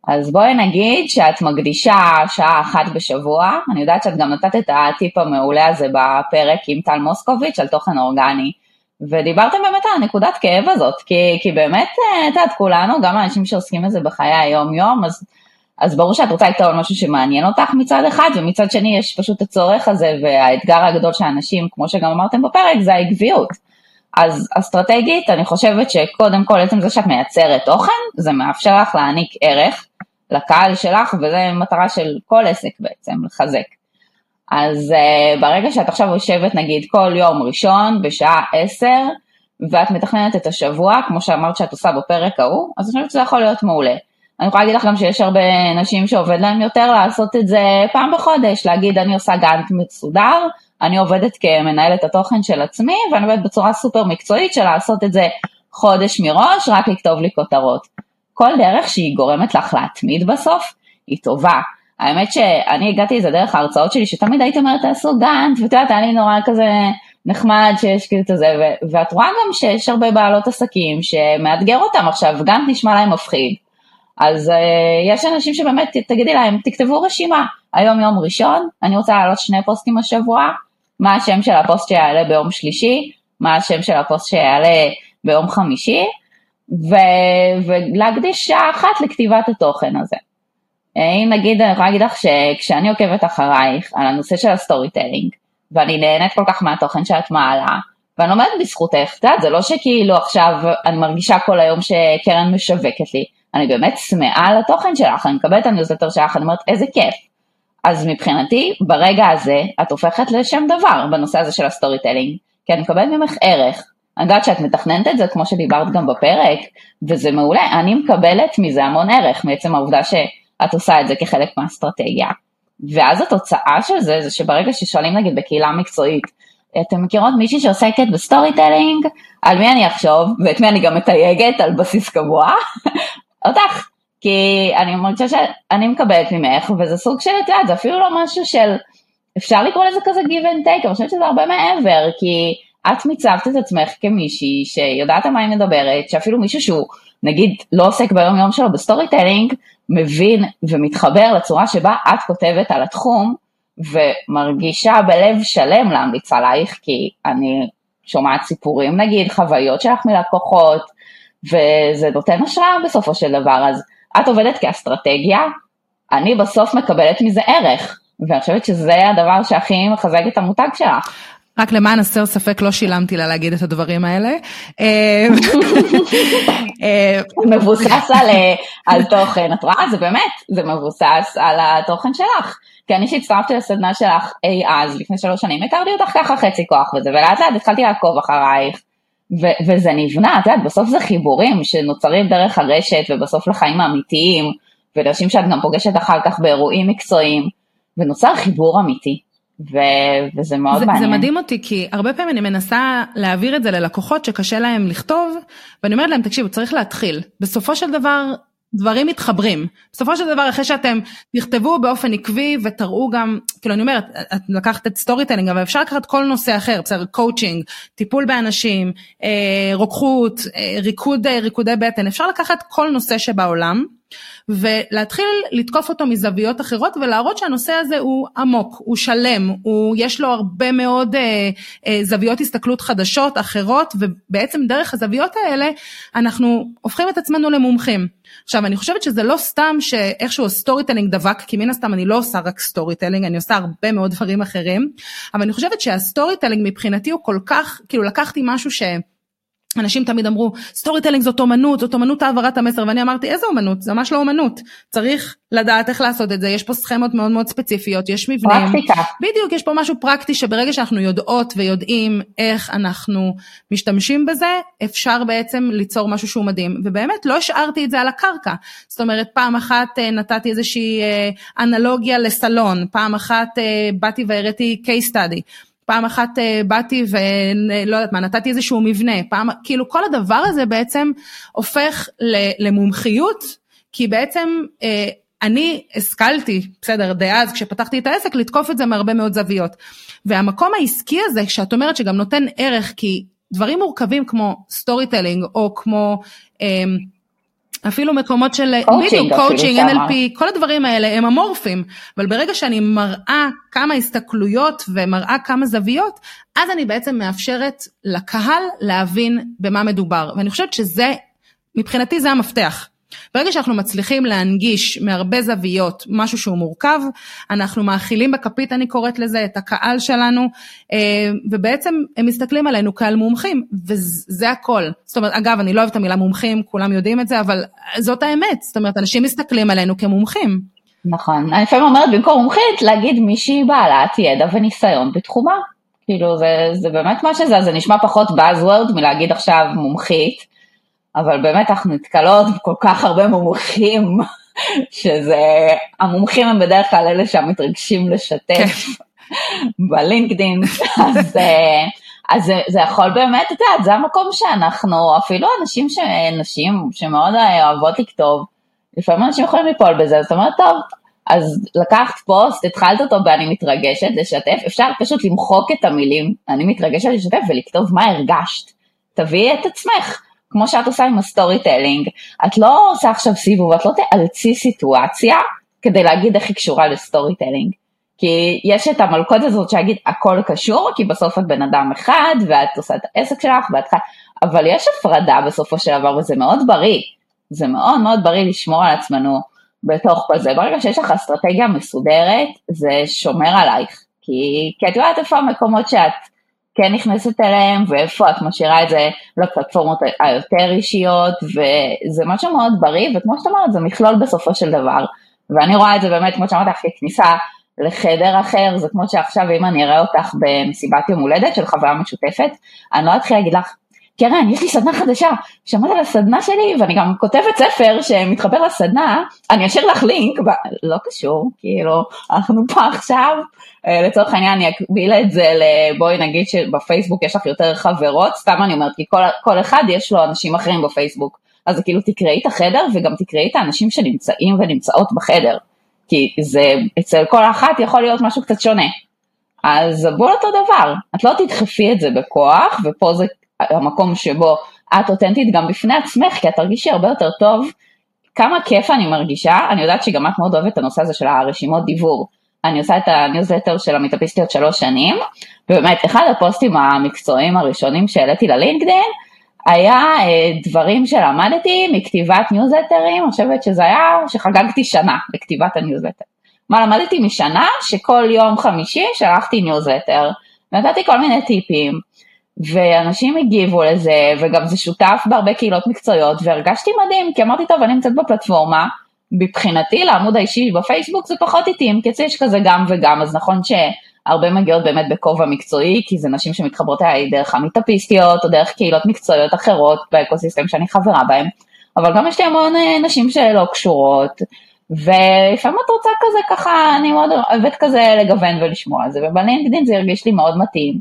אז בואי נגיד שאת מקדישה שעה אחת בשבוע, אני יודעת שאת גם נתת את הטיפ המעולה הזה בפרק עם טל מוסקוביץ' על תוכן אורגני, ודיברתם באמת על הנקודת כאב הזאת, כי, כי באמת, את יודעת, כולנו, גם האנשים שעוסקים בזה בחיי היום-יום, אז, אז ברור שאת רוצה לכתוב על משהו שמעניין אותך מצד אחד, ומצד שני יש פשוט הצורך הזה, והאתגר הגדול של האנשים, כמו שגם אמרתם בפרק, זה העקביות. אז אסטרטגית, אני חושבת שקודם כל, עצם זה שאת מייצרת תוכן, זה מאפשר לך להעניק ערך לקהל שלך, וזה מטרה של כל עסק בעצם, לחזק. אז uh, ברגע שאת עכשיו יושבת, נגיד, כל יום ראשון, בשעה עשר, ואת מתכננת את השבוע, כמו שאמרת שאת עושה בפרק ההוא, אז אני חושבת שזה יכול להיות מעולה. אני יכולה להגיד לך גם שיש הרבה נשים שעובד להם יותר לעשות את זה פעם בחודש, להגיד אני עושה גאנט מסודר, אני עובדת כמנהלת התוכן של עצמי, ואני עובדת בצורה סופר מקצועית של לעשות את זה חודש מראש, רק לכתוב לי כותרות. כל דרך שהיא גורמת לך להתמיד בסוף, היא טובה. האמת שאני הגעתי איזה דרך ההרצאות שלי, שתמיד הייתי אומרת, תעשו גאנט, ואתה יודעת, היה לי נורא כזה נחמד שיש כאילו את זה, ו- ואת רואה גם שיש הרבה בעלות עסקים, שמאתגר אותם עכשיו, גאנט נשמע להם מפחיד. אז uh, יש אנשים שבאמת, תגידי להם, תכתבו רשימה, היום יום ראשון, אני רוצה להעלות שני פוסטים השבוע, מה השם של הפוסט שיעלה ביום שלישי, מה השם של הפוסט שיעלה ביום חמישי, ו- ולהקדיש שעה אחת לכתיבת התוכן הזה. אם נגיד, אני יכולה להגיד לך שכשאני עוקבת אחרייך על הנושא של הסטורי טלינג, ואני נהנית כל כך מהתוכן שאת מעלה, ואני לומדת בזכותך, אתה יודע, זה לא שכאילו עכשיו אני מרגישה כל היום שקרן משווקת לי, אני באמת שמעה על התוכן שלך, אני מקבלת הניוזלטר שלך, אני אומרת איזה כיף. אז מבחינתי, ברגע הזה, את הופכת לשם דבר בנושא הזה של הסטורי טלינג, כי אני מקבלת ממך ערך. אני יודעת שאת מתכננת את זה, כמו שדיברת גם בפרק, וזה מעולה, אני מקבלת מזה המון ערך, מעצם העובדה שאת עושה את זה כחלק מהאסטרטגיה. ואז התוצאה של זה, זה שברגע ששואלים נגיד בקהילה מקצועית, אתם מכירות מישהי שעוסקת בסטורי טלינג, על מי אני אחשוב, ואת מי אני גם מתייגת על בסיס קבוע, אותך. כי אני מרגישה שאני מקבלת ממך, וזה סוג של, את יודעת, זה אפילו לא משהו של, אפשר לקרוא לזה כזה give and take, אני חושבת שזה הרבה מעבר, כי את מצבת את עצמך כמישהי שיודעת על מה היא מדברת, שאפילו מישהו שהוא, נגיד, לא עוסק ביום יום שלו בסטורי טלינג, מבין ומתחבר לצורה שבה את כותבת על התחום, ומרגישה בלב שלם להמליץ עלייך, כי אני שומעת סיפורים, נגיד, חוויות שלך מלקוחות, וזה נותן השראה בסופו של דבר, אז את עובדת כאסטרטגיה, אני בסוף מקבלת מזה ערך, ואני חושבת שזה הדבר שהכי מחזק את המותג שלך. רק למען הסר ספק לא שילמתי לה להגיד את הדברים האלה. מבוסס על, על תוכן, את רואה? זה באמת, זה מבוסס על התוכן שלך. כי אני שהצטרפתי לסדנה שלך אי אז, לפני שלוש שנים, הכרתי אותך ככה חצי כוח וזה, ולאט לאט התחלתי לעקוב אחרייך, ו- וזה נבנה, את יודעת, בסוף זה חיבורים שנוצרים דרך הרשת, ובסוף לחיים האמיתיים, ואנשים שאת גם פוגשת אחר כך באירועים מקצועיים, ונוצר חיבור אמיתי, ו- וזה מאוד זה, מעניין. זה מדהים אותי, כי הרבה פעמים אני מנסה להעביר את זה ללקוחות שקשה להם לכתוב, ואני אומרת להם, תקשיבו, צריך להתחיל. בסופו של דבר, דברים מתחברים. בסופו של דבר, אחרי שאתם תכתבו באופן עקבי, ותראו גם, כאילו אני אומרת, את לקחת את סטורי טלינג, אבל אפשר לקחת כל נושא אחר, בסדר, קואוצ'ינג, טיפול באנשים, אה, רוקחות, אה, ריקוד, אה, ריקודי בטן, אפשר לקחת כל נושא שבעולם, ולהתחיל לתקוף אותו מזוויות אחרות, ולהראות שהנושא הזה הוא עמוק, הוא שלם, הוא, יש לו הרבה מאוד אה, אה, זוויות הסתכלות חדשות, אחרות, ובעצם דרך הזוויות האלה, אנחנו הופכים את עצמנו למומחים. עכשיו, אני חושבת שזה לא סתם שאיכשהו סטורי טלינג דבק, כי מן הסתם אני לא עושה רק סטורי טלינג, אני עושה הרבה מאוד דברים אחרים, אבל אני חושבת שהסטורי טלינג מבחינתי הוא כל כך, כאילו לקחתי משהו ש... אנשים תמיד אמרו, סטורי טלינג זאת אומנות, זאת אומנות העברת המסר, ואני אמרתי, איזה אומנות? זה ממש לא אומנות. צריך לדעת איך לעשות את זה, יש פה סכמות מאוד מאוד ספציפיות, יש מבנים. פרקטיקה. בדיוק, יש פה משהו פרקטי, שברגע שאנחנו יודעות ויודעים איך אנחנו משתמשים בזה, אפשר בעצם ליצור משהו שהוא מדהים, ובאמת לא השארתי את זה על הקרקע. זאת אומרת, פעם אחת נתתי איזושהי אנלוגיה לסלון, פעם אחת באתי והראיתי case study, פעם אחת באתי ולא יודעת מה, נתתי איזשהו מבנה, פעם, כאילו כל הדבר הזה בעצם הופך למומחיות, כי בעצם אני השכלתי, בסדר, דאז כשפתחתי את העסק, לתקוף את זה מהרבה מאוד זוויות, והמקום העסקי הזה, כשאת אומרת שגם נותן ערך, כי דברים מורכבים כמו סטורי טלינג, או כמו אפילו מקומות של קואוצ'ינג, קואוצ'ינג, אן אל פי, כל הדברים האלה הם אמורפים, אבל ברגע שאני מראה כמה הסתכלויות ומראה כמה זוויות, אז אני בעצם מאפשרת לקהל להבין במה מדובר, ואני חושבת שזה, מבחינתי זה המפתח. ברגע שאנחנו מצליחים להנגיש מהרבה זוויות משהו שהוא מורכב, אנחנו מאכילים בכפית, אני קוראת לזה, את הקהל שלנו, ובעצם הם מסתכלים עלינו כעל מומחים, וזה הכל. זאת אומרת, אגב, אני לא אוהבת את המילה מומחים, כולם יודעים את זה, אבל זאת האמת. זאת אומרת, אנשים מסתכלים עלינו כמומחים. נכון. אני לפעמים אומרת, במקום מומחית, להגיד מישהי בעלת ידע וניסיון בתחומה. כאילו, זה, זה באמת מה שזה, זה נשמע פחות buzzword מלהגיד עכשיו מומחית, אבל באמת אנחנו נתקלות בכל כך הרבה מומחים, שזה, המומחים הם בדרך כלל אלה שמתרגשים לשתף בלינקדין, אז, אז זה, זה יכול באמת, את יודעת, זה המקום שאנחנו, אפילו אנשים ש, נשים שמאוד אוהבות לכתוב, לפעמים אנשים יכולים ליפול בזה, זאת אומרת, טוב, אז לקחת פוסט, התחלת אותו ואני מתרגשת לשתף, אפשר פשוט למחוק את המילים, אני מתרגשת לשתף ולכתוב מה הרגשת, תביאי את עצמך, כמו שאת עושה עם הסטורי טלינג, את לא עושה עכשיו סיבוב, את לא תאלצי סיטואציה, כדי להגיד איך היא קשורה לסטורי טלינג, כי יש את המלכות הזאת שיגיד הכל קשור, כי בסוף את בן אדם אחד, ואת עושה את העסק שלך, ואת... אבל יש הפרדה בסופו של דבר, וזה מאוד בריא, זה מאוד מאוד בריא לשמור על עצמנו בתוך כל זה, ברגע שיש לך אסטרטגיה מסודרת, זה שומר עלייך, כי, כי את יודעת איפה המקומות שאת, כן נכנסת אליהם, ואיפה את משאירה את זה לפלטפורמות היותר אישיות, וזה משהו מאוד בריא, וכמו שאת אומרת, זה מכלול בסופו של דבר, ואני רואה את זה באמת, כמו שאמרת לך, ככניסה לחדר אחר, זה כמו שעכשיו, אם אני אראה אותך במסיבת יום הולדת של חברה משותפת, אני לא אתחיל להגיד לך, קרן, יש לי סדנה חדשה, שמעת על הסדנה שלי, ואני גם כותבת ספר שמתחבר לסדנה, אני אשאיר לך לינק, לא קשור, כאילו, אנחנו פה עכשיו, לצורך העניין אני אקביל את זה, בואי נגיד שבפייסבוק יש לך יותר חברות, סתם אני אומרת, כי כל, כל אחד יש לו אנשים אחרים בפייסבוק, אז כאילו תקראי את החדר, וגם תקראי את האנשים שנמצאים ונמצאות בחדר, כי זה, אצל כל אחת יכול להיות משהו קצת שונה, אז בואו אותו דבר, את לא תדחפי את זה בכוח, ופה זה המקום שבו את אותנטית גם בפני עצמך, כי את תרגישי הרבה יותר טוב, כמה כיף אני מרגישה, אני יודעת שגם את מאוד אוהבת את הנושא הזה של הרשימות דיבור, אני עושה את הניוזלטר של המטאפיסטיות שלוש שנים, ובאמת אחד הפוסטים המקצועיים הראשונים שהעליתי ללינקדין, היה דברים שלמדתי מכתיבת ניוזלטרים, אני חושבת שזה היה שחגגתי שנה בכתיבת הניוזלטר, מה למדתי משנה? שכל יום חמישי שלחתי ניוזלטר, ונתתי כל מיני טיפים, ואנשים הגיבו לזה, וגם זה שותף בהרבה קהילות מקצועיות, והרגשתי מדהים, כי אמרתי, טוב, אני נמצאת בפלטפורמה, מבחינתי לעמוד האישי בפייסבוק זה פחות איטים, כי יש כזה גם וגם, אז נכון שהרבה מגיעות באמת בכובע מקצועי, כי זה נשים שמתחברות אליי דרך המטאפיסטיות, או דרך קהילות מקצועיות אחרות, באקוסיסטם שאני חברה בהם, אבל גם יש לי המון נשים שלא קשורות, ולפעמים את רוצה כזה ככה, אני מאוד אוהבת כזה לגוון ולשמוע על זה, ובלינקדין זה הרגיש לי מאוד מתאים,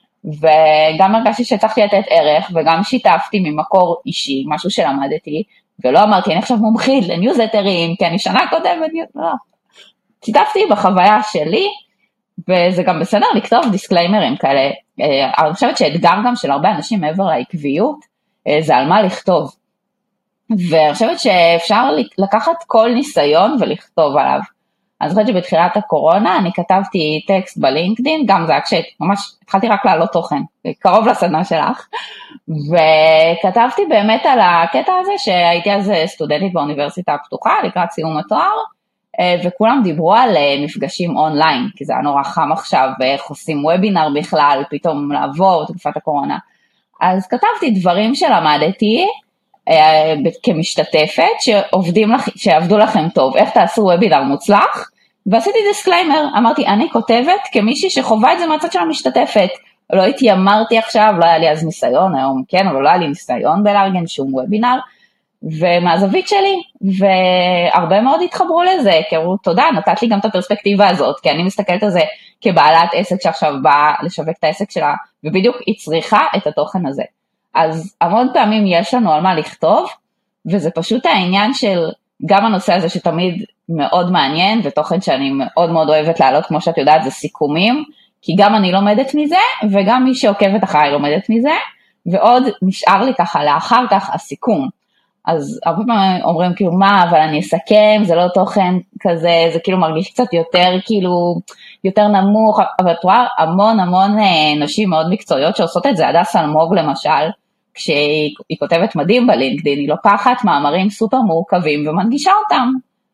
וגם הרגשתי שצריכתי לתת ערך, וגם שיתפתי ממקור אישי, משהו שלמדתי, ולא אמרתי, אני עכשיו מומחית לניוזלטרים, כי אני שנה קודמת, לא. שיתפתי בחוויה שלי, וזה גם בסדר לכתוב דיסקליימרים כאלה, אני חושבת שאתגר גם של הרבה אנשים מעבר לעקביות, זה על מה לכתוב, ואני חושבת שאפשר לקחת כל ניסיון ולכתוב עליו, אני זוכרת שבתחילת הקורונה אני כתבתי טקסט בלינקדין, גם זה היה כשממש התחלתי רק לעלות תוכן, קרוב לסדנה שלך, וכתבתי באמת על הקטע הזה שהייתי אז סטודנטית באוניברסיטה הפתוחה לקראת סיום התואר, וכולם דיברו על מפגשים אונליין, כי זה היה נורא חם עכשיו, ואיך עושים וובינר בכלל, פתאום לעבור תקופת הקורונה, אז כתבתי דברים שלמדתי, כמשתתפת שעובדים לך, שעבדו לכם טוב, איך תעשו וובינר מוצלח, ועשיתי דיסקליימר, אמרתי אני כותבת כמישהי שחובה את זה מהצד של המשתתפת, לא התיימרתי עכשיו, לא היה לי אז ניסיון, היום כן, אבל לא היה לי ניסיון בלארגן שום וובינר, ומהזווית שלי, והרבה מאוד התחברו לזה, כי אמרו תודה, נתת לי גם את הפרספקטיבה הזאת, כי אני מסתכלת על זה כבעלת עסק שעכשיו באה לשווק את העסק שלה, ובדיוק היא צריכה את התוכן הזה. אז המון פעמים יש לנו על מה לכתוב, וזה פשוט העניין של גם הנושא הזה שתמיד מאוד מעניין, ותוכן שאני מאוד מאוד אוהבת לעלות, כמו שאת יודעת, זה סיכומים, כי גם אני לומדת מזה, וגם מי שעוקבת אחריי לומדת מזה, ועוד נשאר לי ככה לאחר כך הסיכום. אז הרבה פעמים אומרים כאילו מה, אבל אני אסכם, זה לא תוכן כזה, זה כאילו מרגיש קצת יותר כאילו, יותר נמוך, אבל את רואה המון המון נשים מאוד מקצועיות שעושות את זה, הדס אלמוג למשל, כשהיא כותבת מדהים בלינקדין, היא לוקחת מאמרים סופר מורכבים ומנגישה אותם,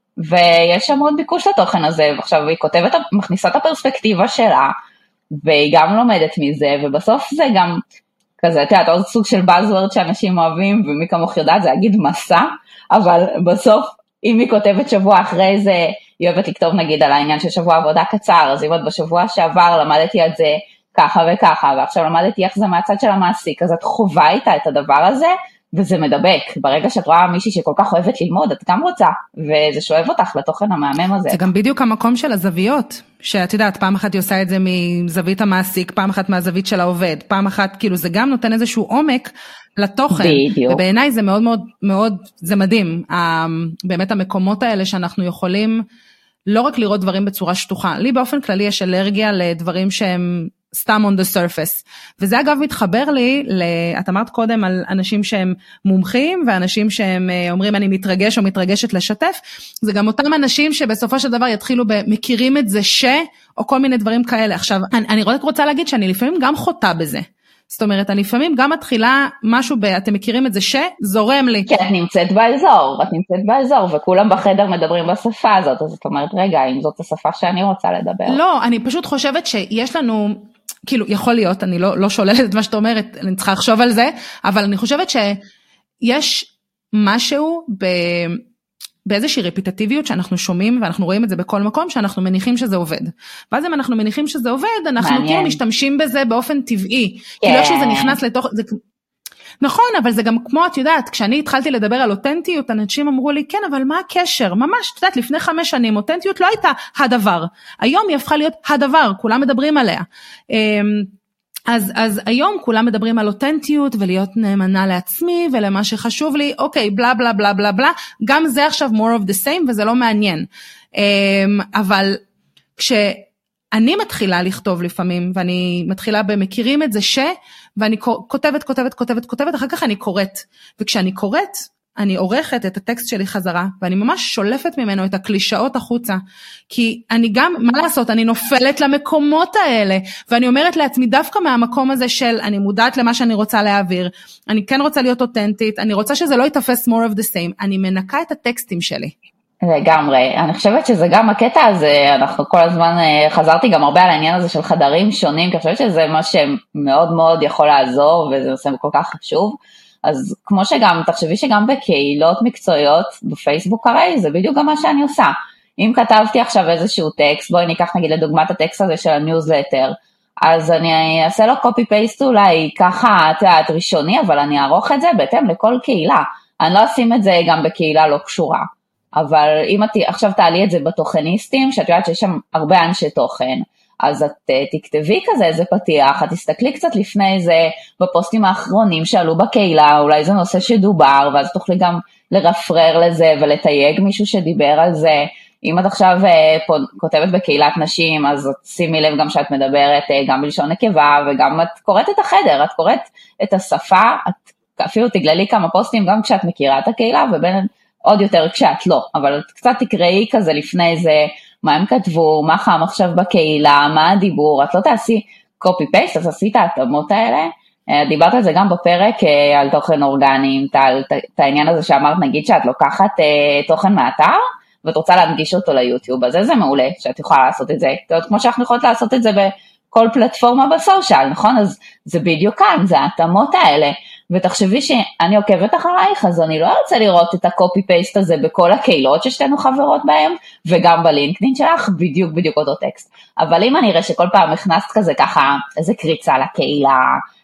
ויש שם עוד ביקוש לתוכן הזה, ועכשיו היא כותבת, מכניסה את הפרספקטיבה שלה, והיא גם לומדת מזה, ובסוף זה גם כזה, אתה יודע, עוד סוג של buzzword שאנשים אוהבים, ומי כמוך יודעת, זה להגיד מסע, אבל בסוף, אם היא כותבת שבוע אחרי זה, היא אוהבת לכתוב נגיד על העניין של שבוע עבודה קצר, אז אם את בשבוע שעבר למדתי את זה ככה וככה, ועכשיו למדתי איך זה מהצד של המעסיק, אז את חובה איתה את הדבר הזה, וזה מדבק. ברגע שאת רואה מישהי שכל כך אוהבת ללמוד, את גם רוצה, וזה שואב אותך לתוכן המאמם הזה. זה גם בדיוק המקום של הזוויות, שאת יודעת, פעם אחת היא עושה את זה מזווית המעסיק, פעם אחת מהזווית של העובד, פעם אחת, כאילו זה גם נותן איזשהו עומק לתוכן, בדיוק. ובעיניי זה מאוד מאוד, מאוד, זה מדהים, באמת המקומות האלה שאנחנו יכולים לא רק לראות דברים בצורה שטוחה, לי באופן כללי יש אלרגיה לדברים שהם סתם on the surface, וזה אגב מתחבר לי, את אמרת קודם על אנשים שהם מומחים, ואנשים שהם אומרים אני מתרגש או מתרגשת לשתף, זה גם אותם אנשים שבסופו של דבר יתחילו במכירים את זה ש, או כל מיני דברים כאלה. עכשיו, אני, אני רק רוצה להגיד שאני לפעמים גם חוטא בזה, זאת אומרת, אני לפעמים גם מתחילה משהו, ב, אתם מכירים את זה שזורם לי. כי את נמצאת באזור, את נמצאת באזור, וכולם בחדר מדברים בשפה הזאת, אז את אומרת, רגע, אם זאת השפה שאני רוצה לדבר. לא, אני פשוט חושבת שיש לנו, כאילו, יכול להיות, אני לא, לא שוללת את מה שאת אומרת, אני צריכה לחשוב על זה, אבל אני חושבת שיש משהו ב... באיזושהי רפיטטיביות שאנחנו שומעים, ואנחנו רואים את זה בכל מקום, שאנחנו מניחים שזה עובד. ואז אם אנחנו מניחים שזה עובד, אנחנו מעניין. כאילו משתמשים בזה באופן טבעי. כן. כאילו איך שזה נכנס לתוך... זה... נכון, אבל זה גם כמו, את יודעת, כשאני התחלתי לדבר על אותנטיות, אנשים אמרו לי, כן, אבל מה הקשר? ממש, את יודעת, לפני חמש שנים, אותנטיות לא הייתה הדבר. היום היא הפכה להיות הדבר, כולם מדברים עליה. אז, אז היום כולם מדברים על אותנטיות, ולהיות נאמנה לעצמי, ולמה שחשוב לי, אוקיי, בלה בלה בלה בלה בלה, גם זה עכשיו more of the same, וזה לא מעניין. אבל כשאני מתחילה לכתוב לפעמים, ואני מתחילה במכירים את זה ש, ואני כותבת, כותבת, כותבת, כותבת, אחר כך אני קוראת, וכשאני קוראת, אני עורכת את הטקסט שלי חזרה, ואני ממש שולפת ממנו את הקלישאות החוצה, כי אני גם, מה לעשות, אני נופלת למקומות האלה, ואני אומרת לעצמי, דווקא מהמקום הזה של, אני מודעת למה שאני רוצה להעביר, אני כן רוצה להיות אותנטית, אני רוצה שזה לא יתפס more of the same, אני מנקה את הטקסטים שלי. לגמרי, אני חושבת שזה גם הקטע הזה, אנחנו כל הזמן, חזרתי גם הרבה על העניין הזה של חדרים שונים, כי אני חושבת שזה מה שמאוד מאוד יכול לעזור, וזה נושא כל כך חשוב, אז כמו שגם, תחשבי שגם בקהילות מקצועיות בפייסבוק הרי, זה בדיוק גם מה שאני עושה. אם כתבתי עכשיו איזשהו טקסט, בואי ניקח נגיד לדוגמת הטקסט הזה של הניוזלטר, אז אני אעשה לו קופי פייסט אולי ככה, תיאת ראשוני, אבל אני אערוך את זה בהתאם לכל קהילה. אני לא אשים את זה גם בקהילה לא קשורה. אבל אם את עכשיו תעלי את זה בתוכניסטים, שאת יודעת שיש שם הרבה אנשי תוכן, אז את תכתבי כזה איזה פתיח, את תסתכלי קצת לפני זה בפוסטים האחרונים שעלו בקהילה, אולי זה נושא שדובר, ואז תוכלי גם לרפרר לזה ולתייג מישהו שדיבר על זה. אם את עכשיו פה, כותבת בקהילת נשים, אז שימי לב גם שאת מדברת גם בלשון נקבה, וגם את קוראת את החדר, את קוראת את השפה, את אפילו תגללי כמה פוסטים גם כשאת מכירה את הקהילה, ובין עוד יותר כשאת לא, אבל את קצת תקראי כזה לפני זה, מה הם כתבו, מה חם עכשיו בקהילה, מה הדיבור, את לא תעשי קופי פייסט, אז עשית ההתאמות האלה, דיברת על זה גם בפרק על תוכן אורגני, את העניין הזה שאמרת, נגיד שאת לוקחת תוכן מהאתר, ואת רוצה להנגיש אותו ליוטיוב, אז זה מעולה שאת יכולה לעשות את זה, כמו שאנחנו יכולות לעשות את זה בכל פלטפורמה בסושיאל, נכון? אז זה בדיוק כאן, זה ההתאמות האלה, ותחשבי שאני עוקבת אחרייך, אז אני לא רוצה לראות את הקופי פייסט הזה בכל הקהילות ששתינו חברות בהם, וגם בלינקדין שלך, בדיוק בדיוק אותו טקסט. אבל אם אני אראה שכל פעם הכנסת כזה ככה, איזה קריצה לקהילה,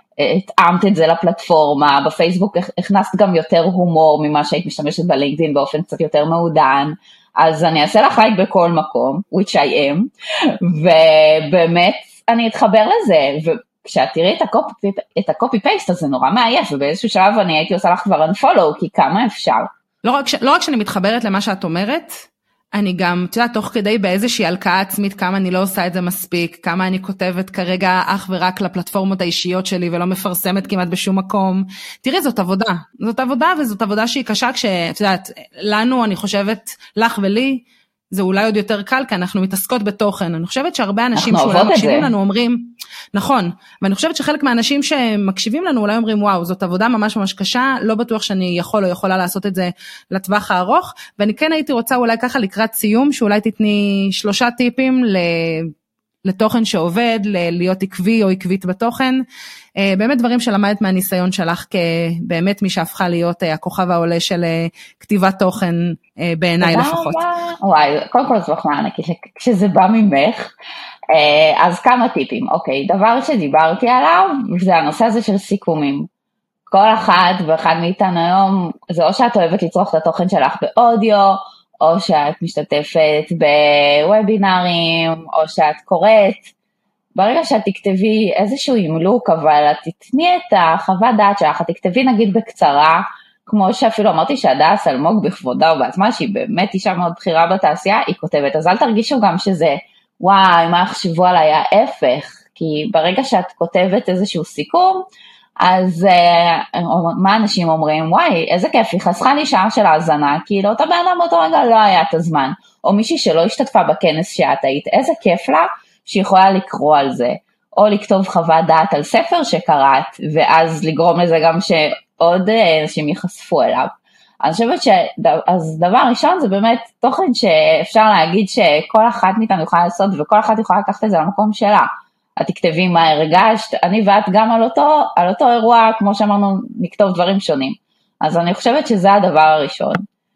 התאמת את זה לפלטפורמה, בפייסבוק הכנסת גם יותר הומור ממה שהיית משתמשת בלינקדין באופן קצת יותר מעודן, אז אני אעשה לך לייק בכל מקום, which I am, ובאמת אני אתחבר לזה, וכשאת תראי את הקופי, את הקופי פייסט, אז זה נורא מעייף, ובאיזשהו שלב אני הייתי עושה לך כבר unfollow, כי כמה אפשר. לא רק, ש, לא רק שאני מתחברת למה שאת אומרת, אני גם, אתה יודע, תוך כדי באיזושהי הלקאה עצמית, כמה אני לא עושה את זה מספיק, כמה אני כותבת כרגע אך ורק לפלטפורמות האישיות שלי, ולא מפרסמת כמעט בשום מקום. תראי, זאת עבודה. זאת עבודה, וזאת עבודה שהיא קשה, כשאת יודעת, לנו, אני חושבת, לך ולי, זה אולי עוד יותר קל, כי אנחנו מתעסקות בתוכן. אני חושבת שהרבה אנשים שאולי מקשיבים לנו אומרים, נכון, ואני חושבת שחלק מהאנשים שמקשיבים לנו אולי אומרים, וואו, זאת עבודה ממש ממש קשה, לא בטוח שאני יכול או יכולה לעשות את זה לטווח הארוך, ואני כן הייתי רוצה אולי ככה לקראת סיום, שאולי תתני שלושה טיפים לתוכן שעובד, להיות עקבי או עקבית בתוכן, באמת דברים שלמדת מהניסיון שלך, כבאמת מי שהפכה להיות הכוכב העולה של כתיבת תוכן בעיניי לפחות. וואי, קודם כל זה מחמאה, כשזה בא ממך, אז כמה טיפים. אוקיי, דבר שדיברתי עליו, זה הנושא הזה של סיכומים. כל אחת ואחד מאיתנו היום, זה או שאת אוהבת לצרוך את התוכן שלך באודיו, או שאת משתתפת בוובינרים, או שאת קוראת. ברגע שאת תכתבי איזשהו ימלוק, אבל את תתני את החוות דעת שלך, את תכתבי נגיד בקצרה, כמו שאפילו אמרתי שהדס אלמוג בכבודה ובעצמה, שהיא באמת אישה מאוד בחירה בתעשייה, היא כותבת, אז אל תרגישו גם שזה, וואי, מה יחשבו עליי ההפך, כי ברגע שאת כותבת איזשהו סיכום, אז uh, מה אנשים אומרים, וואי, איזה כיף, היא חסכה לי שעה של האזנה, כי לאותה בן אדם באותו רגע לא היה את הזמן, או מישהי שלא השתתפה בכנס שאת היית, איזה כיף לה, שהיא יכולה לקרוא על זה, או לכתוב חוות דעת על ספר שקראת, ואז לגרום לזה גם שעוד אנשים ייחשפו אליו. אני חושבת שדבר ראשון זה באמת תוכן שאפשר להגיד שכל אחת מאיתנו יכולה לעשות, וכל אחת יכולה לקחת את זה למקום שלה. את תכתבי מה הרגשת, אני ואת גם על אותו, על אותו אירוע, כמו שאמרנו, נכתוב דברים שונים. אז אני חושבת שזה הדבר הראשון.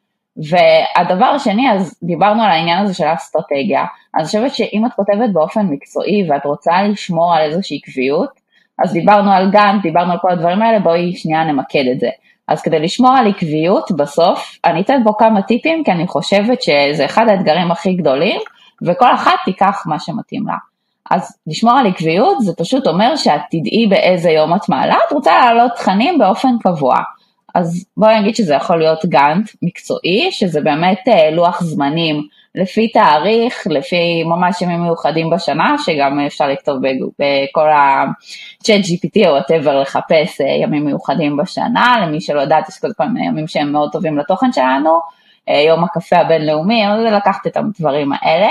והדבר השני, אז דיברנו על העניין הזה של האסטרטגיה, אני חושבת שאם את כותבת באופן מקצועי, ואת רוצה לשמור על איזושהי קביעות, אז דיברנו על גאנט, דיברנו על כל הדברים האלה, בואי שנייה נמקד את זה. אז כדי לשמור על עקביות בסוף, אני אתן בו כמה טיפים, כי אני חושבת שזה אחד האתגרים הכי גדולים, וכל אחת תיקח מה שמתאים לה. אז לשמור על עקביות, זה פשוט אומר שאת תדעי באיזה יום את מעלה, את רוצה להעלות תכנים באופן קבוע. אז בואי נגיד שזה יכול להיות גאנט מקצועי, שזה באמת לוח זמנים לפי תאריך, לפי ממש ימים מיוחדים בשנה, שגם אפשר לכתוב בכל ה-צ'אט ג'י פי טי או whatever לחפש ימים מיוחדים בשנה, למי שלא יודעת, יש כל מיני ימים שהם מאוד טובים לתוכן שלנו, יום הקפה הבינלאומי, אז לקחת את הדברים האלה,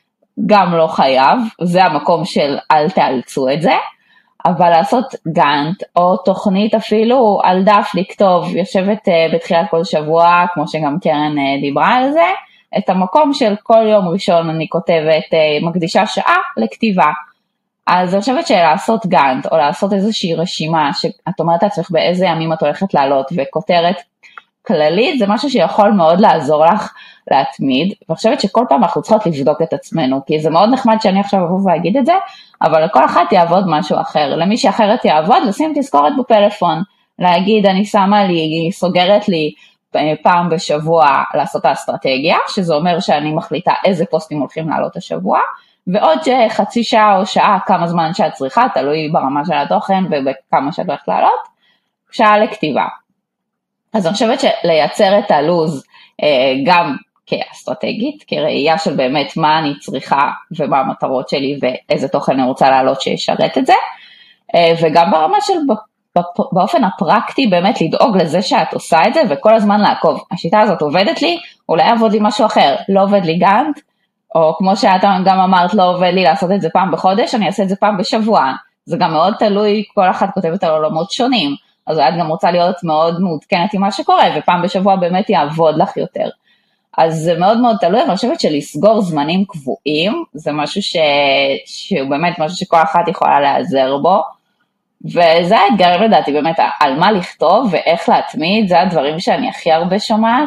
גם לא חייב, זה המקום של אל תאלצו את זה, אבל לעשות גאנט או תוכנית אפילו על דף לכתוב, יושבת בתחילת כל שבוע, כמו שגם קרן דיברה על זה, את המקום של כל יום ראשון אני כותבת, מקדישה שעה לכתיבה. אז אני חושבת שלעשות גאנט או לעשות איזושהי רשימה, שאת אומרת לעצמך באיזה ימים את הולכת לעלות וכותרת כללית, זה משהו שיכול מאוד לעזור לך להתמיד, ואני חושבת שכל פעם אנחנו צריכות לבדוק את עצמנו, כי זה מאוד נחמד שאני עכשיו אבוא ואגיד את זה, אבל לכל אחת יעבוד משהו אחר, למי שאחרת יעבוד, לשים תזכורת בפלאפון, להגיד אני שמה לי, היא סוגרת לי פעם בשבוע לעשות האסטרטגיה, שזה אומר שאני מחליטה איזה פוסטים הולכים לעלות השבוע, ועוד שחצי שעה או שעה, כמה זמן שאת צריכה, תלוי ברמה של התוכן ובכמה שאת הולכת לעלות, שעה לכתיבה. אז אני חושבת שלייצר את הלוז גם כאסטרטגית, כראייה של באמת מה אני צריכה ומה המטרות שלי ואיזה תוכן אני רוצה לעלות שישרת את זה, וגם ברמה של באופן הפרקטי באמת לדאוג לזה שאת עושה את זה וכל הזמן לעקוב. השיטה הזאת עובדת לי, אולי עבוד לי משהו אחר, לא עובד לי גאנט, או כמו שאת גם אמרת לא עובד לי לעשות את זה פעם בחודש, אני אעשה את זה פעם בשבוע. זה גם מאוד תלוי, כל אחת כותבת על עולמות שונים, אז את גם רוצה להיות מאוד מעודכנת עם מה שקורה, ופעם בשבוע באמת יעבוד לך יותר. אז זה מאוד מאוד תלוי, אבל אני חושבת שלסגור זמנים קבועים, זה משהו ש... שהוא באמת משהו שכל אחת יכולה להיעזר בו, וזה האתגרים לדעתי באמת, על מה לכתוב ואיך להתמיד, זה הדברים שאני הכי הרבה שומעת,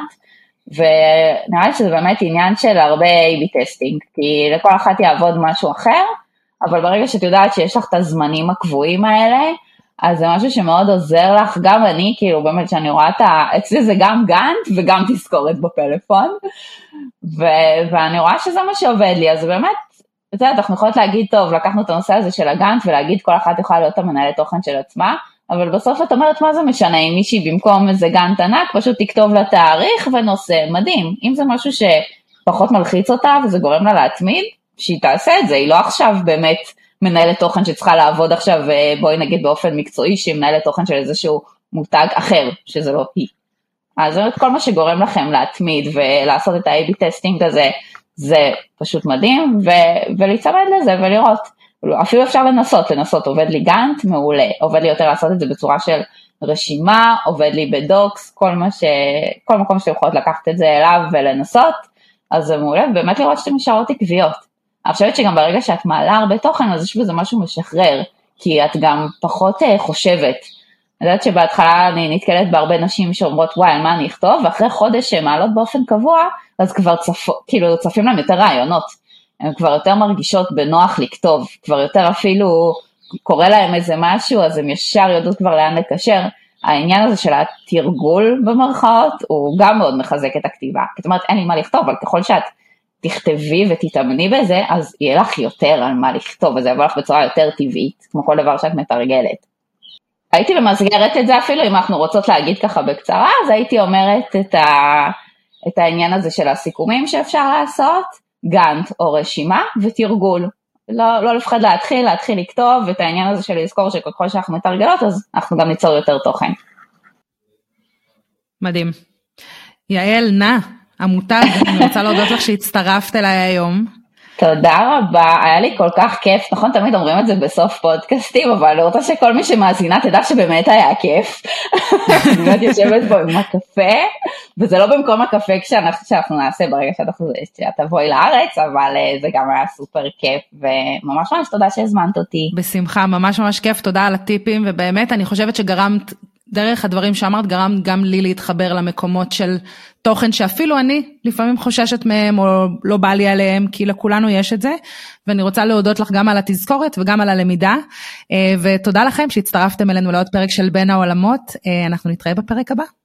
ונראה לי שזה באמת עניין של הרבה איי בי טסטינג, כי לכל אחת יעבוד משהו אחר, אבל ברגע שאת יודעת שיש לך את הזמנים הקבועים האלה, אז זה משהו שמאוד עוזר לך, גם אני, כאילו באמת שאני רואה את ה... אצלי זה גם גאנט וגם תזכורת בפלאפון, ו... ואני רואה שזה מה שעובד לי, אז באמת, את יודעת, אנחנו יכולות להגיד, טוב, לקחנו את הנושא הזה של הגאנט, ולהגיד כל אחת יכולה להיות המנהלת תוכן של עצמה, אבל בסוף את אומרת, מה זה משנה, אם מישהי במקום איזה גאנט ענק, פשוט תכתוב לה תאריך ונושא, מדהים, אם זה משהו פחות מלחיץ אותה, וזה גורם לה להתמיד, שהיא תעשה את זה, היא לא עכשיו באמת מנהלת תוכן שצריכה לעבוד עכשיו, בואי נגיד באופן מקצועי, שהיא מנהלת תוכן של איזשהו מותג אחר, שזה לא היא. אז כל מה שגורם לכם להתמיד, ולעשות את ה-איי בי טסטינג הזה, זה פשוט מדהים, ו- ולהצמד לזה ולראות. אפילו אפשר לנסות, לנסות, עובד לי גאנט, מעולה, עובד לי יותר לעשות את זה בצורה של רשימה, עובד לי בדוקס, כל מה ש... כל מקום שאתם יכולות לקחת את זה אליו ולנסות, אז זה מעולה, באמת לראות שאתם נשארות עקביות. אני חושבת שגם ברגע שאת מעלה הרבה תוכן, אז יש בזה משהו משחרר, כי את גם פחות חושבת. אני יודעת שבהתחלה אני נתקלת בהרבה נשים שאומרות, וואי, על מה אני אכתוב, ואחרי חודש שהן מעלות באופן קבוע, אז כבר צפ... כאילו, צפים להם יותר רעיונות. הן כבר יותר מרגישות בנוח לכתוב, כבר יותר אפילו קורא להם איזה משהו, אז הם ישר יודעות כבר לאן לקשר. העניין הזה של התרגול במרכאות, הוא גם מאוד מחזק את הכתיבה. זאת אומרת, אין לי מה לכתוב, אבל ככל שאת תכתבי ותתאמני בזה, אז יהיה לך יותר על מה לכתוב, וזה יבוא לך בצורה יותר טבעית, כמו כל דבר שאת מתרגלת. הייתי במסגרת את זה אפילו, אם אנחנו רוצות להגיד ככה בקצרה, אז הייתי אומרת את, ה... את העניין הזה של הסיכומים שאפשר לעשות, גאנט או רשימה ותרגול. לא, לא לפחד להתחיל, להתחיל לכתוב, ואת העניין הזה של לזכור שככל שאנחנו מתרגלות, אז אנחנו גם ניצור יותר תוכן. מדהים. יעל, נא, המותג, אני רוצה להודות לך שהצטרפת אליי היום. תודה רבה, היה לי כל כך כיף, נכון, תמיד אומרים את זה בסוף פודקאסטים, אבל אני רוצה שכל מי שמאזינה תדע שבאמת היה כיף. אני באמת יושבת פה עם הקפה, וזה לא במקום הקפה כשאנחנו, שאנחנו נעשה ברגע שאת תבואי לארץ, אבל זה גם היה סופר כיף, וממש ממש תודה שהזמנת אותי. בשמחה, ממש ממש כיף, תודה על הטיפים, ובאמת אני חושבת שגרמת, דרך הדברים שאמרת, גרמת גם לי להתחבר למקומות של תוכן שאפילו אני לפעמים חוששת מהם או לא בא לי עליהם, כי לכולנו יש את זה, ואני רוצה להודות לך גם על התזכורת וגם על הלמידה, ותודה לכם שהצטרפתם אלינו לעוד פרק של בין העולמות, אנחנו נתראה בפרק הבא.